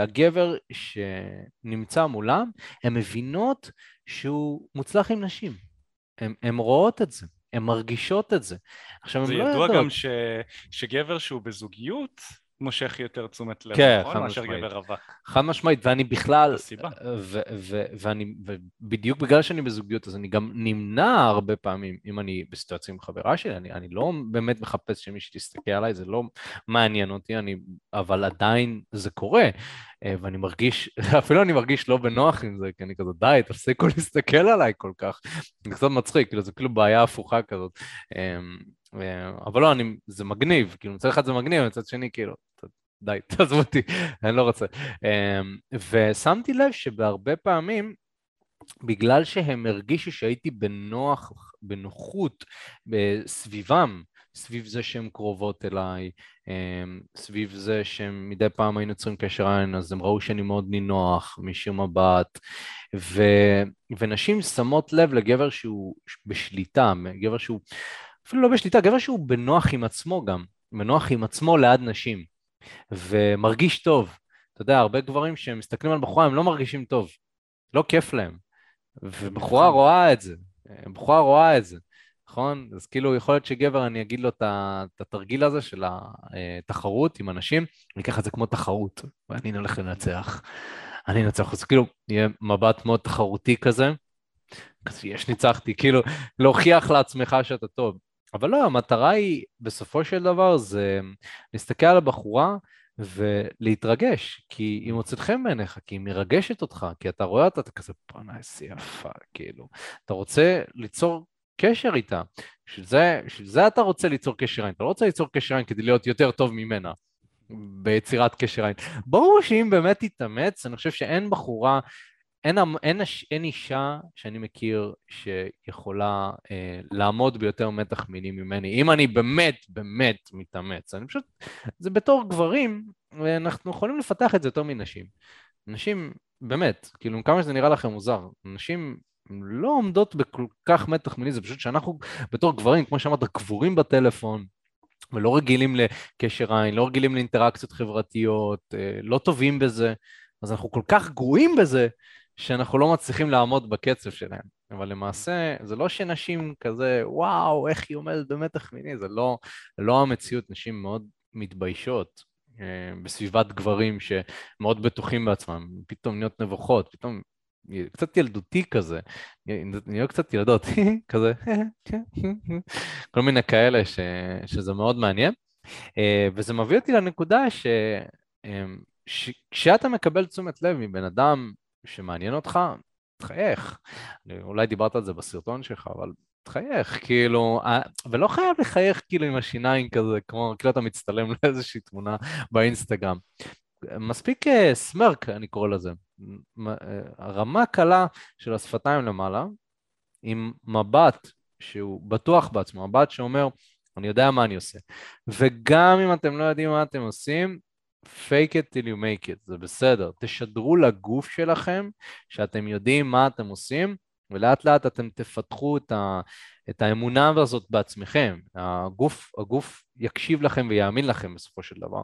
שהגבר שנמצא מולם, הן מבינות שהוא מוצלח עם נשים. הן רואות את זה, הן מרגישות את זה. עכשיו, זה הן לא ידוע יודעות. גם שגבר שהוא בזוגיות מושך יותר תשומת לב, כן, נכון? חד מאשר משמעית. גבר רווק. חד משמעית, ואני זאת בכלל, הסיבה. ובדיוק בגלל שאני בזוגיות, אז אני גם נמנע הרבה פעמים, אם אני בסיטואציה עם חברה שלי, אני לא באמת מחפש שמישהי תסתכל עליי, זה לא מעניין אותי, אבל עדיין זה קורה, ואני מרגיש, אפילו אני מרגיש לא בנוח עם זה, כי אני כזה, די, תפסיקו להסתכל עליי כל כך, זה קצת מצחיק, כאילו, זה כאילו בעיה הפוכה כזאת, אבל לא, זה מגניב, כאילו, מצד אחד זה מגניב, מצד שני, כאילו, די, תעזבו אותי, אני לא רוצה. ושמתי לב שבהרבה פעמים, בגלל שהם הרגישו שהייתי בנוחות בסביבם, סביב זה שהן קרובות אליי, סביב זה שהם מדי פעם היינו יוצרים קשר עין, אז הם ראו שאני מאוד נינוח, משום מבט, ונשים שמות לב לגבר שהוא בשליטה, גבר שהוא, אפילו לא בשליטה, גבר שהוא בנוח עם עצמו גם, בנוח עם עצמו ליד נשים. ומרגיש טוב. אתה יודע, הרבה גברים שהם מסתכלים על בחורה, הם לא מרגישים טוב. לא כיף להם. ובחורה מבחן. רואה את זה. בחורה רואה את זה, נכון? אז כאילו, יכול להיות שגבר, אני אגיד לו את התרגיל הזה של התחרות עם אנשים, אני אקח את זה כמו תחרות, ואני הולך לנצח. אני אנצח. אז כאילו, יהיה מבט מאוד תחרותי כזה, כזה, יש ניצחתי, כאילו, להוכיח לעצמך שאתה טוב. אבל לא, המטרה היא, בסופו של דבר, זה להסתכל על הבחורה ולהתרגש, כי היא מוצאת חן בעיניך, כי היא מרגשת אותך, כי אתה רואה אותה, אתה כזה, פונה, איזה יפה, כאילו. אתה רוצה ליצור קשר איתה. בשביל זה אתה רוצה ליצור קשר עין. אתה לא רוצה ליצור קשר עין כדי להיות יותר טוב ממנה ביצירת קשר עין. ברור שאם באמת תתאמץ, אני חושב שאין בחורה, אין אישה שאני מכיר שיכולה לעמוד ביותר מתח מיני ממני. אם אני באמת מתאמץ, אני פשוט, זה בתור גברים, ואנחנו יכולים לפתח את זה יותר מנשים. נשים, באמת, כאילו כמה שזה נראה לכם מוזר, נשים לא עומדות בכל כך מתח מיני, זה פשוט שאנחנו בתור גברים, כמו שאמרת, קבורים בטלפון, ולא רגילים לקשר עין, לא רגילים לאינטראקציות חברתיות, לא טובים בזה, אז אנחנו כל כך גרועים בזה, שאנחנו לא מצליחים לעמוד בקצב שלהם. אבל למעשה, זה לא שנשים כזה, וואו, איך היא עומדת במתח מיני, זה לא המציאות, נשים מאוד מתביישות בסביבת גברים שמאוד בטוחים בעצמם, פתאום נהיות נבוכות, פתאום קצת ילדותי כזה, נהיה קצת ילדות, כזה, כל מיני כאלה שזה מאוד מעניין. וזה מביא אותי לנקודה כשאתה מקבל תשומת לב מבן אדם שמעניין אותך, תחייך. אולי דיברת על זה בסרטון שלך, אבל תחייך, כאילו, ולא חייב לחייך כאילו עם השיניים כזה, כמו כאילו אתה מצטלם לאיזושהי תמונה באינסטגרם. מספיק סמרק, אני קורא לזה. הרמה קלה של השפתיים למעלה, עם מבט שהוא בטוח בעצמו, מבט שאומר, אני יודע מה אני עושה. וגם אם אתם לא יודעים מה אתם עושים, fake it till you make it, זה בסדר. תשדרו לגוף שלכם שאתם יודעים מה אתם עושים, ולאט לאט אתם תפתחו את האמונה הזאת בעצמכם. הגוף יקשיב לכם ויאמין לכם בסופו של דבר.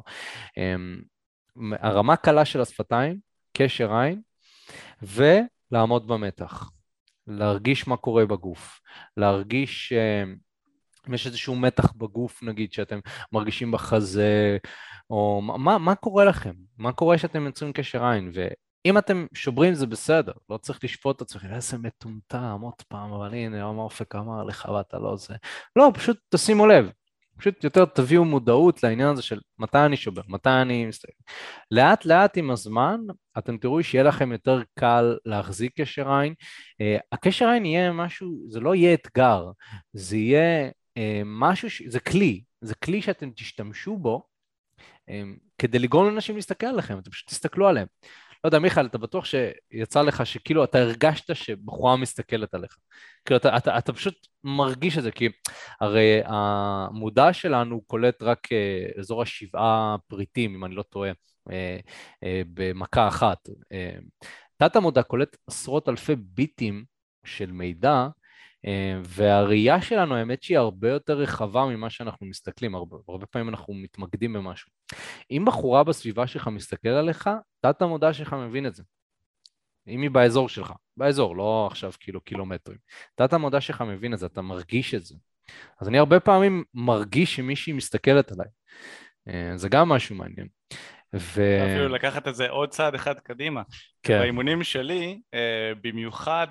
הרמה קלה של השפתיים, קשר עין, ולעמוד במתח. להרגיש מה קורה בגוף, להרגיש אם יש איזשהו מתח בגוף, נגיד, שאתם מרגישים בחזה, או מה קורה לכם? מה קורה שאתם יוצרים קשר עין? ואם אתם שוברים זה בסדר, לא צריך לשפוט את עצמכם, איזה מטומטם, עוד פעם, אבל הנה, אופק אמר לך ואתה לא זה. לא, פשוט תשימו לב, פשוט יותר תביאו מודעות לעניין הזה של מתי אני שובר, מתי אני מסתכל. לאט לאט עם הזמן, אתם תראו שיהיה לכם יותר קל להחזיק קשר עין. הקשר עין יהיה משהו, זה לא יהיה אתגר, זה יהיה משהו, זה כלי שאתם תשתמשו בו כדי לגרום לאנשים להסתכל עליכם, אתם פשוט תסתכלו עליהם. לא יודע, מיכאל, אתה בטוח שיצא לך שכאילו אתה הרגשת שבחורה מסתכלת עליך. כאילו אתה פשוט מרגיש את זה, כי הרי המודע שלנו קולט רק אזור השבעה פריטים, אם אני לא טועה, במכה אחת. תת המודע קולט עשרות אלפי ביטים של מידע, והראייה שלנו, האמת שהיא הרבה יותר רחבה ממה שאנחנו מסתכלים, הרבה פעמים אנחנו מתמקדים במשהו. אם בחורה בסביבה שלך מסתכל עליך, תת המודע שלך מבין את זה. אם היא באזור שלך, באזור, לא עכשיו כאילו קילומטרים. תת המודע שלך מבין את זה, אתה מרגיש את זה. אז אני הרבה פעמים מרגיש שמישהי מסתכלת עליי. זה גם משהו מעניין. אפילו לקחת את זה עוד צעד אחד קדימה. כן. באימונים שלי, במיוחד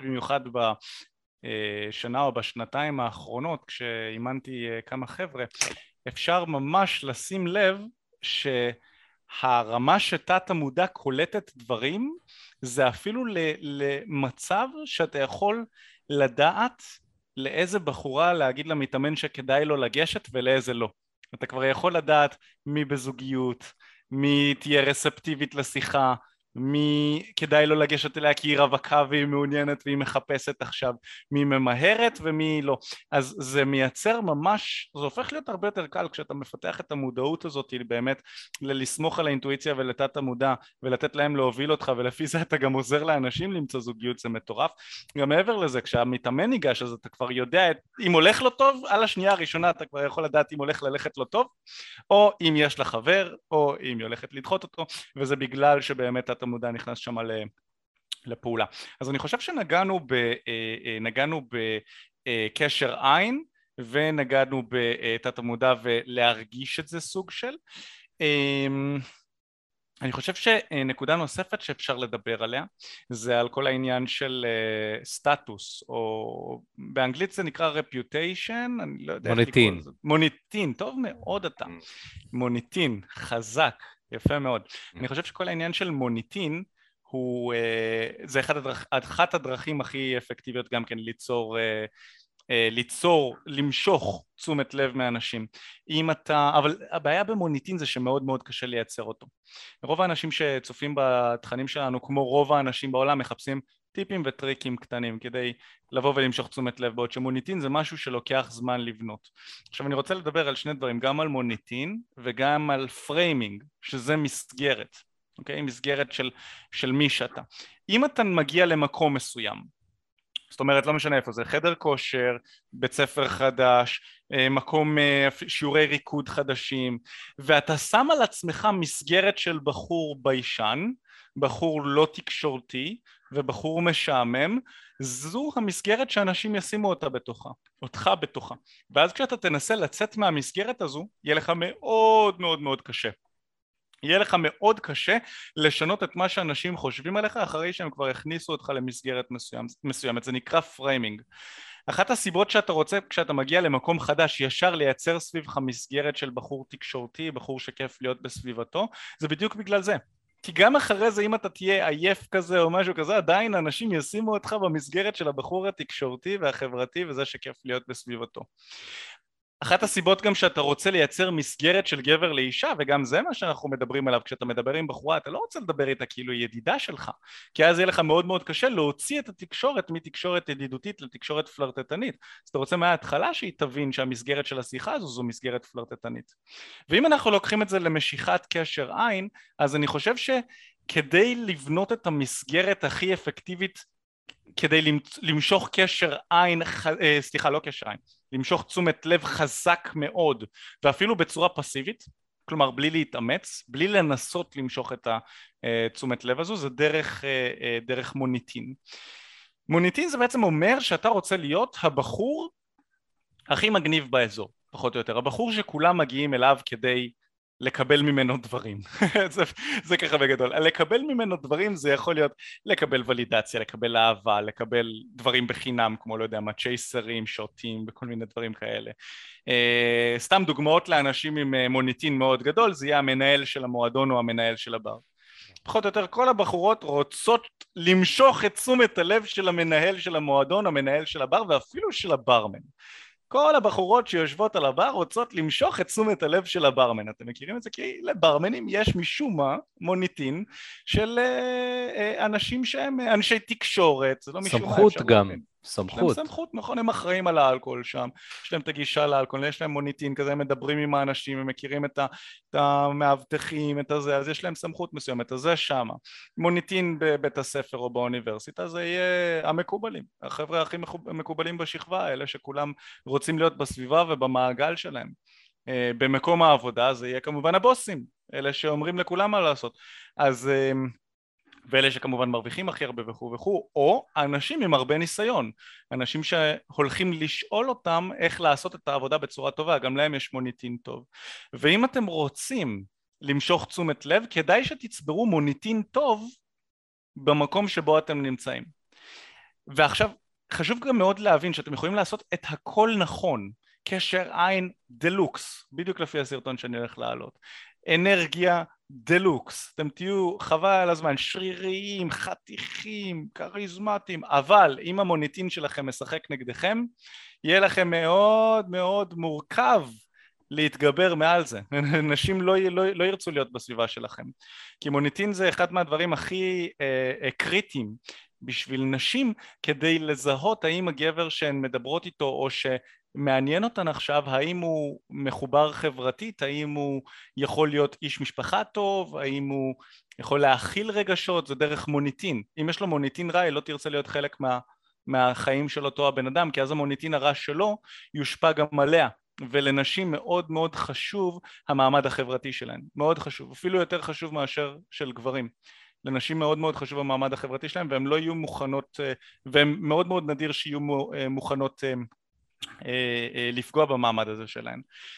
בשנה או בשנתיים האחרונות, כשאימנתי כמה חבר'ה, אפשר ממש לשים לב שהרמה שתת המודע קולטת דברים, זה אפילו למצב שאתה יכול לדעת לאיזה בחורה להגיד למתאמן שכדאי לו לגשת ולאיזה לא. אתה כבר יכול לדעת מי בזוגיות, מי תהיה רספטיבית לשיחה, מי כדאי לו לגשת אליה כי היא רווקה והיא מעוניינת והיא מחפשת עכשיו, מי ממהרת ומי לא. אז זה מייצר ממש, זה הופך להיות הרבה יותר קל כשאתה מפתח את המודעות הזאת באמת לסמוך על האינטואיציה ולתת המודע ולתת להם להוביל אותך, ולפי זה אתה גם עוזר לאנשים למצוא זוגיות, זה מטורף. גם מעבר לזה, כשהמתאמן ניגש אז אתה כבר יודע אם הולך לו טוב, על השנייה הראשונה אתה כבר יכול לדעת אם הולך ללכת לו טוב, או אם יש לה חבר, או אם היא הולכת לדחות אותו, וזה בגלל שבאמת תת המודע נכנס שם לפעולה. אז אני חושב שנגענו בקשר עין, ונגענו בתת המודע ולהרגיש את זה סוג של. אני חושב שנקודה נוספת שאפשר לדבר עליה זה על כל העניין של סטטוס, או באנגלית זה נקרא reputation, אני לא יודע מוניטין. מוניטין, טוב מאוד אתה. מוניטין, חזק, יפה מאוד. אני חושב שכל העניין של מוניטין זה אחת הדרכים הכי אפקטיביות גם כן למשוך תשומת לב מאנשים. אבל הבעיה במוניטין זה שמאוד מאוד קשה לייצר אותו. רוב האנשים שצופים בתכנים שלנו, כמו רוב האנשים בעולם, מחפשים טיפים וטריקים קטנים כדי לבוא ולמשוך תשומת לב, בעוד שמוניטין זה משהו שלוקח זמן לבנות. עכשיו אני רוצה לדבר על שני דברים, גם על מוניטין וגם על פריימינג, שזה מסגרת, אוקיי? מסגרת של מי שאתה. אם אתה מגיע למקום מסוים, זאת אומרת לא משנה איפה זה, חדר כושר, בית ספר חדש, מקום שיעורי ריקוד חדשים, ואתה שם על עצמך מסגרת של בחור ביישן, בחור לא תקשורתי ובחור משעמם, זו המסגרת שאנשים ישימו אותך בתוכה, ואז כשאתה תנסה לצאת מהמסגרת הזו יהיה לך מאוד מאוד מאוד קשה. יהיה לך מאוד קשה לשנות את מה שאנשים חושבים עליך אחרי שהם כבר הכניסו אותך למסגרת מסוימת. זה נקרא פריימינג. אחת הסיבות שאתה רוצה כשאתה מגיע למקום חדש ישר לייצר סביבך מסגרת של בחור תקשורתי, בחור שכיף להיות בסביבתו, זה בדיוק בגלל זה. כי גם אחרי זה אם אתה תהיה עייף כזה או משהו כזה, עדיין אנשים ישימו אותך במסגרת של הבחור התקשורתי והחברתי וזה שכיף להיות בסביבתו. אחת הסיבות גם שאתה רוצה לייצר מסגרת של גבר לאישה, וגם זה מה שאנחנו מדברים עליו, כשאתה מדבר עם בחורה אתה לא רוצה לדבר איתה כאילו היא ידידה שלך, כי אז יהיה לך מאוד מאוד קשה להוציא את התקשורת מתקשורת ידידותית לתקשורת פלרטטנית. אז אתה רוצה מההתחלה שהיא תבין שהמסגרת של השיחה הזו זו מסגרת פלרטטנית. ואם אנחנו לוקחים את זה למשיכת קשר עין, אז אני חושב שכדי לבנות את המסגרת הכי אפקטיבית כדי למשוך קשר עין, לא קשר עין, למשוך תשומת לב חזק מאוד ואפילו בצורה פסיבית, כלומר בלי להתאמץ, בלי לנסות למשוך את התשומת לב הזו, זה דרך מוניטין. מוניטין זה בעצם אומר שאתה רוצה להיות הבחור הכי מגניב באזור, פחות או יותר, הבחור שכולם מגיעים אליו כדי לקבל ממנו דברים. זה ככה בגדול. לקבל ממנו דברים זה יכול להיות לקבל ולידציה, לקבל אהבה, לקבל דברים בחינם, כמו לא יודע מה, צ'ייסרים, שוטים וכל מיני דברים כאלה. סתם דוגמאות לאנשים עם מוניטין מאוד גדול, זה יהיה המנהל של המועדון או המנהל של הבר. פחות או יותר כל הבחורות רוצות למשוך את תשומת הלב של המנהל של המועדון, המנהל של הבר ואפילו של הברמן. כל הבחורות שיושבות על הבר רוצות למשוך את תשומת הלב של הברמן. אתם מכירים את זה? כי לברמנים יש משום מה מוניטין של אנשים שהם אנשי תקשורת. זה לא משום מה. סמכות גם. סמכות. יש להם סמכות, נכון, הם אחראים על האלכוהול שם, יש להם את הגישה לאלכוהול, יש להם מוניטין כזה, הם מדברים עם האנשים, הם מכירים את המאבטחים, את הזה, אז יש להם סמכות מסוימת, אז זה שם. מוניטין בבית הספר או באוניברסיטה, זה יהיה המקובלים, החבר'ה הכי מקובלים בשכבה, אלה שכולם רוצים להיות בסביבה ובמעגל שלהם. במקום העבודה זה יהיה כמובן הבוסים, אלה שאומרים לכולם מה לעשות. אז ואלה שכמובן מרוויחים הכי הרבה וכו' וכו', או אנשים עם הרבה ניסיון, אנשים שהולכים לשאול אותם איך לעשות את העבודה בצורה טובה, גם להם יש מוניטין טוב. ואם אתם רוצים למשוך תשומת לב, כדאי שתצברו מוניטין טוב במקום שבו אתם נמצאים. ועכשיו חשוב גם מאוד להבין שאתם יכולים לעשות את הכל נכון, קשר עין דלוקס, בדיוק לפי הסרטון שאני הולך להעלות, אנרגיה דלוקס, אתם תהיו חבל על הזמן, שריריים, חתיכים, כריזמטיים, אבל אם המוניטין שלכם משחק נגדכם, יהיה לכם מאוד מאוד מורכב להתגבר מעל זה. נשים לא ירצו להיות בסביבה שלכם, כי מוניטין זה אחד מהדברים הכי קריטיים בשביל נשים, כדי לזהות האם הגבר שהן מדברות איתו או שמעניין אותן עכשיו, האם הוא מחובר חברתית, האם הוא יכול להיות איש משפחה טוב, האם הוא יכול להכיל רגשות, זה דרך מוניטין. אם יש לו מוניטין רע, היא לא תרצה להיות חלק מהחיים של אותו הבן אדם, כי אז המוניטין הרע שלו יושפע גם עליה. ולנשים מאוד מאוד חשוב המעמד החברתי שלהן, מאוד חשוב, אפילו יותר חשוב מאשר של גברים. לנשים מאוד מאוד חשוב המעמד החברתי שלהם, והן לא יהיו מוכנות, והן מאוד מאוד נדיר שיהיו מוכנות לפגוע במעמד הזה שלהן.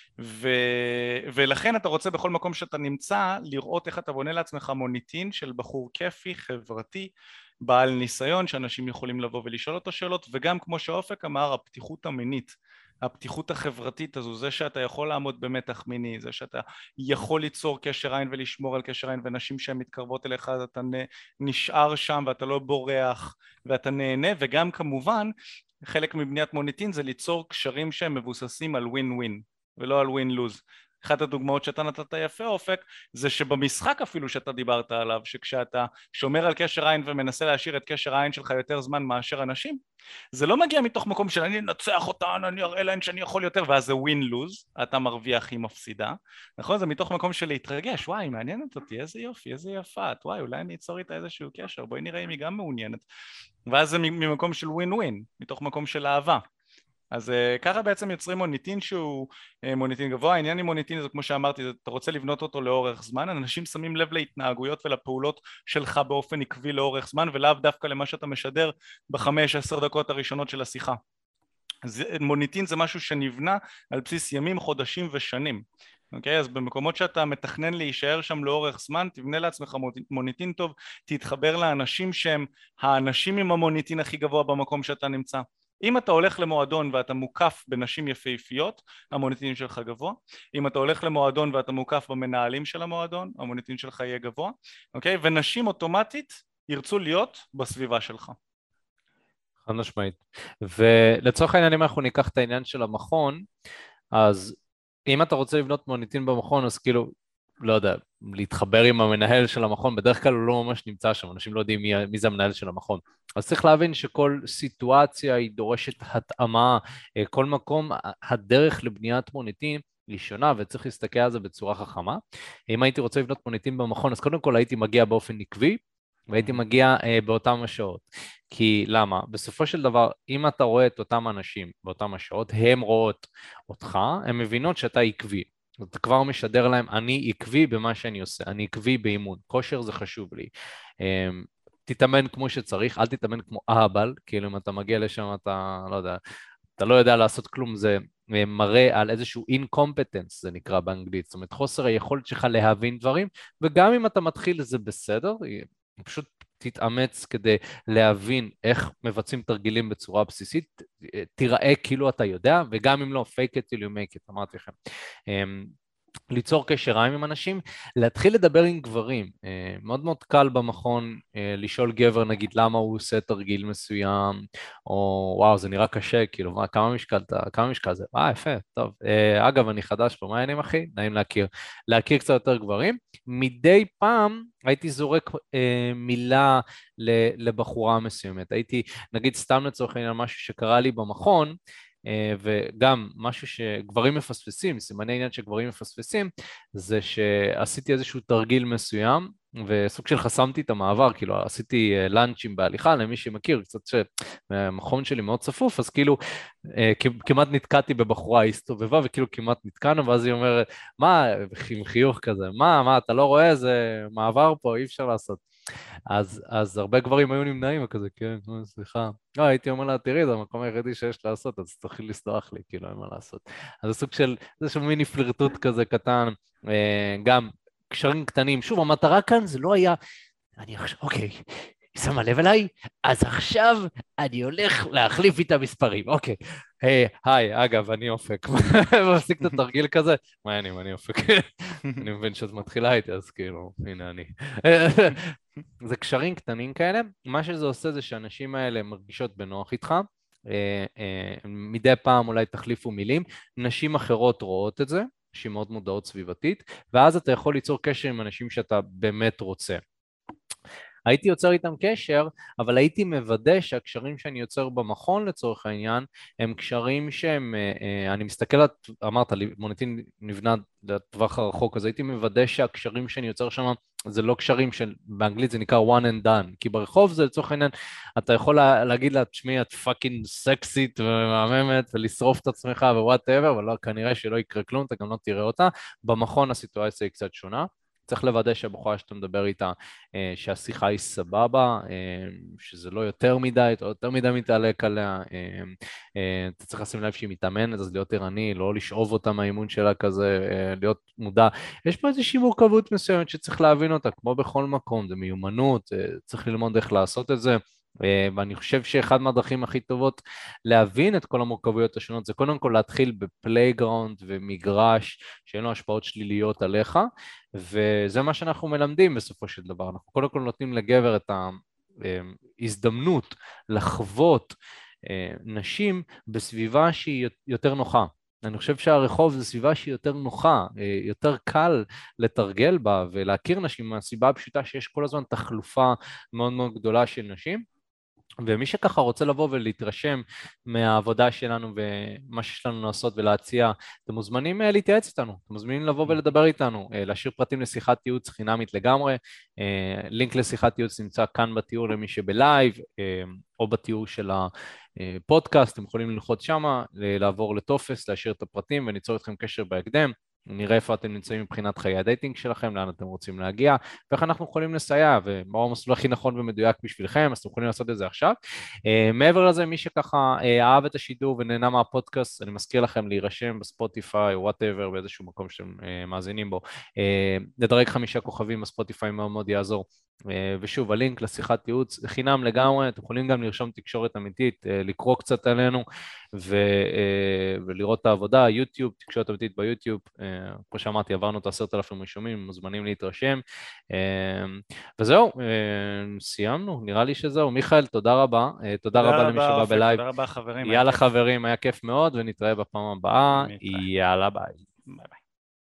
ולכן אתה רוצה בכל מקום שאתה נמצא לראות איך אתה בונה לעצמך מוניטין של בחור כיפי, חברתי, בעל ניסיון, שאנשים יכולים לבוא ולשאול אותו שאלות, וגם כמו שאופק אמר, הפתיחות המינית, הפתיחות החברתית הזו, זה שאתה יכול לעמוד במתח מיני, זה שאתה יכול ליצור קשר עין ולשמור על קשר עין, ונשים שהן מתקרבות אליך, אתה נשאר שם ואתה לא בורח ואתה נהנה, וגם כמובן חלק מבניית מוניטין זה ליצור קשרים שהם מבוססים על ווין ווין ולא על ווין לוז. אחת הדוגמאות שאתה נתת יפה אופק, זה שבמשחק אפילו שאתה דיברת עליו, שכשאתה שומר על קשר עין ומנסה להשאיר את קשר העין שלך יותר זמן מאשר אנשים, זה לא מגיע מתוך מקום של אני נצח אותן, אני אראה להן שאני יכול יותר, ואז זה ווין לוז, אתה מרוויח היא מפסידה, נכון? זה מתוך מקום של להתרגש, וואי, מעניינת אותי, איזה יופי, איזה יפה, וואי, אולי אני אצור איתה איזשהו קשר, בואי נראה אם היא גם מעוניינת, ואז זה ממקום של ווין ווין, מתוך מקום של אהבה. אז ככה בעצם יוצרים מוניטין שהוא מוניטין גבוה. העניין עם מוניטין זה כמו שאמרתי, אתה רוצה לבנות אותו לאורך זמן, אנשים שמים לב להתנהגויות ולפעולות שלך באופן עקבי לאורך זמן, ולאו דווקא למה שאתה משדר ב5-10 דקות הראשונות של השיחה. מוניטין זה משהו שנבנה על בסיס ימים, חודשים ושנים. אוקיי, אז במקומות שאתה מתכנן להישאר שם לאורך זמן, תבנה לעצמך מוניטין טוב, תתחבר לאנשים שהם האנשים עם המוניטין הכי גבוה במקום שאתה נמצא. אם אתה הולך למועדון ואתה מוקף בנשים יפהפיות, המוניטין שלך גבוה. אם אתה הולך למועדון ואתה מוקף במנהלים של המועדון, המוניטין שלך יהיה גבוה. אוקיי? ונשים אוטומטית ירצו להיות בסביבה שלך. חד משמעית. ולצורך העניין, אם אנחנו ניקח את העניין של המכון, אז אם אתה רוצה לבנות מוניטין במכון, אז כאילו, לא יודע, להתחבר עם המנהל של המכון, בדרך כלל הוא לא ממש נמצא שם, אנשים לא יודעים מי זה המנהל של המכון. אז צריך להבין שכל סיטואציה היא דורשת התאמה, כל מקום, הדרך לבניית מוניטין היא שונה, וצריך להסתכל על זה בצורה חכמה. אם הייתי רוצה לבנות מוניטין במכון, אז קודם כל הייתי מגיע באופן עקבי, והייתי מגיע באותם השעות. כי למה? בסופו של דבר, אם אתה רואה את אותם אנשים באותם השעות, הם רואות אותך, הם מבינות שאתה עקבי. אתה כבר משדר להם, אני עקבי במה שאני עושה, אני עקבי באימון, כושר זה חשוב לי. תתאמן כמו שצריך, אל תתאמן כמו אהבל, כאילו אם אתה מגיע לשם, אתה לא יודע, אתה לא יודע לעשות כלום, זה מראה על איזשהו incompetence, זה נקרא באנגלית, זאת אומרת, חוסר היכולת שלך להבין דברים, וגם אם אתה מתחיל זה בסדר, פשוט תתאמץ כדי להבין איך מבצעים תרגילים בצורה בסיסית, תיראה כאילו אתה יודע, וגם אם לא, fake it till you make it, אמרתי לכם. ליצור קשר עין עם אנשים, להתחיל לדבר עם גברים, מאוד מאוד קל במכון לשאול גבר נגיד למה הוא עושה תרגיל מסוים, או וואו זה נראה קשה, כאילו מה, כמה משקל זה, יפה, טוב, אגב אני חדש פה, מה העניינים אחי? נעים להכיר קצת יותר גברים, מדי פעם הייתי זורק מילה לבחורה מסוימת, הייתי נגיד סתם לצורך העניין משהו שקרה לי במכון, וגם משהו שגברים מפספסים, סימני עניין שגברים מפספסים, זה שעשיתי איזשהו תרגיל מסוים, וסוג של חסמתי את המעבר, כאילו עשיתי לנצ'ים בהליכה, למי שמכיר, קצת שהמכון שלי מאוד צפוף, אז כאילו כמעט נתקעתי בבחורה, היא הסתובבה וכאילו כמעט נתקענו, ואז היא אומרת, מה, עם חיוך כזה, מה, אתה לא רואה איזה מעבר פה, אי אפשר לעשות. אז הרבה גברים היו נמנעים, וכזה, כן, סליחה. הייתי אומר לה, תראי, זה המקום היחידי שיש לעשות, אז תתחיל לסלוח לי, כאילו, אין מה לעשות. אז זה סוג של, זה של מיני פלירטוט כזה קטן, גם קשרים קטנים. שוב, המטרה כאן זה לא היה, אני עכשיו, אוקיי, היא שמה לב אליי, אז עכשיו אני הולך להחליף איתה מספרים, אוקיי. היי, אגב, אני אופק. מפסיק את התרגיל כזה, מה העניינים, אני אופק. אני מבין שאת מתחילה איתי, אז כאילו, הנה אני. זה קשרים קטנים כאלה, מה שזה עושה זה שהאנשים האלה מרגישות בנוח איתך, מדי פעם אולי תחליפו מילים, נשים אחרות רואות את זה, נשים מאוד מודעות סביבתית, ואז אתה יכול ליצור קשר עם אנשים שאתה באמת רוצה. הייתי יוצר איתם קשר, אבל הייתי מוודא שהקשרים שאני יוצר במכון לצורך העניין, הם קשרים שהם, אני מסתכל, אמרת לי, מוניטין נבנה לטווח הרחוק, אז הייתי מוודא שהקשרים שאני יוצר שם, זה לא קשרים שבאנגלית זה נקרא one and done, כי ברחוב זה לצורך העניין, אתה יכול להגיד לה, תשמעי, את פאקינג סקסית ומהממת, ולשרוף את עצמך ווואטאבר, אבל לא, כנראה שלא יקרה כלום, אתה גם לא תראה אותה, במכון הסיטואציה היא קצת שונה, צריך לוודא שהבחורה שאתה מדבר איתה, שהשיחה היא סבבה, שזה לא יותר מדי, או יותר מדי מתעלק עליה, אתה צריך לשים לב שהיא מתאמנת, אז להיות ערני, לא לשאוב אותה מהאימון שלה כזה, להיות מודע. יש פה איזושהי מורכבות מסוימת שצריך להבין אותה, כמו בכל מקום, זה מיומנות, צריך ללמוד איך לעשות את זה, ואני חושב שאחד מהדרכים הכי טובות להבין את כל המורכבויות השונות זה קודם כל להתחיל בפלייגראונד ומגרש שאין לו השפעות שליליות עליך, וזה מה שאנחנו מלמדים בסופו של דבר. אנחנו קודם כל נותנים לגבר את ההזדמנות לחוות נשים בסביבה שהיא יותר נוחה. אני חושב שהרחוב זה סביבה שהיא יותר נוחה, יותר קל לתרגל בה ולהכיר נשים מהסיבה הפשוטה שיש כל הזמן תחלופה מאוד מאוד גדולה של נשים, ומי שככה רוצה לבוא ולהתרשם מהעבודה שלנו ומה שיש לנו לעשות ולהציע, אתם מוזמנים להתייעץ איתנו, אתם מוזמנים לבוא ולדבר איתנו, להשאיר פרטים לשיחת ייעוץ חינמית לגמרי, לינק לשיחת ייעוץ נמצא כאן בתיאור למי שבלייב, או בתיאור של הפודקאסט, אתם יכולים ללחוץ שמה, לעבור לטופס, להשאיר את הפרטים וניצור איתכם קשר בהקדם, נראה איפה אתם נמצאים מבחינת חיי הדייטינג שלכם, לאן אתם רוצים להגיע, ואיך אנחנו יכולים לסייע, ומהו המסלול הכי נכון ומדויק בשבילכם, אז אתם יכולים לעשות את זה עכשיו. מעבר לזה, מי שככה אהב את השידור ונהנה מהפודקאסט, אני מזכיר לכם להירשם בספוטיפיי או whatever, באיזשהו מקום שאתם מאזינים בו, לדרג 5 כוכבים בספוטיפיי מאוד מאוד יעזור. ושוב, הלינק לשיחת ייעוץ חינם לגמרי, אתם יכולים גם לרשום תקשורת אמיתית, לקרוא קצת עלינו ולראות את העבודה, יוטיוב, תקשורת אמיתית ביוטיוב, כמו שאמרתי, עברנו את 10,000 רישומים, מוזמנים להתרשם, וזהו, סיימנו, נראה לי שזהו. מיכאל, תודה רבה, תודה רבה למי שבא בלייב, תודה רבה חברים, יאללה חברים, היה כיף מאוד, ונתראה בפעם הבאה, יאללה ביי. ביי ביי.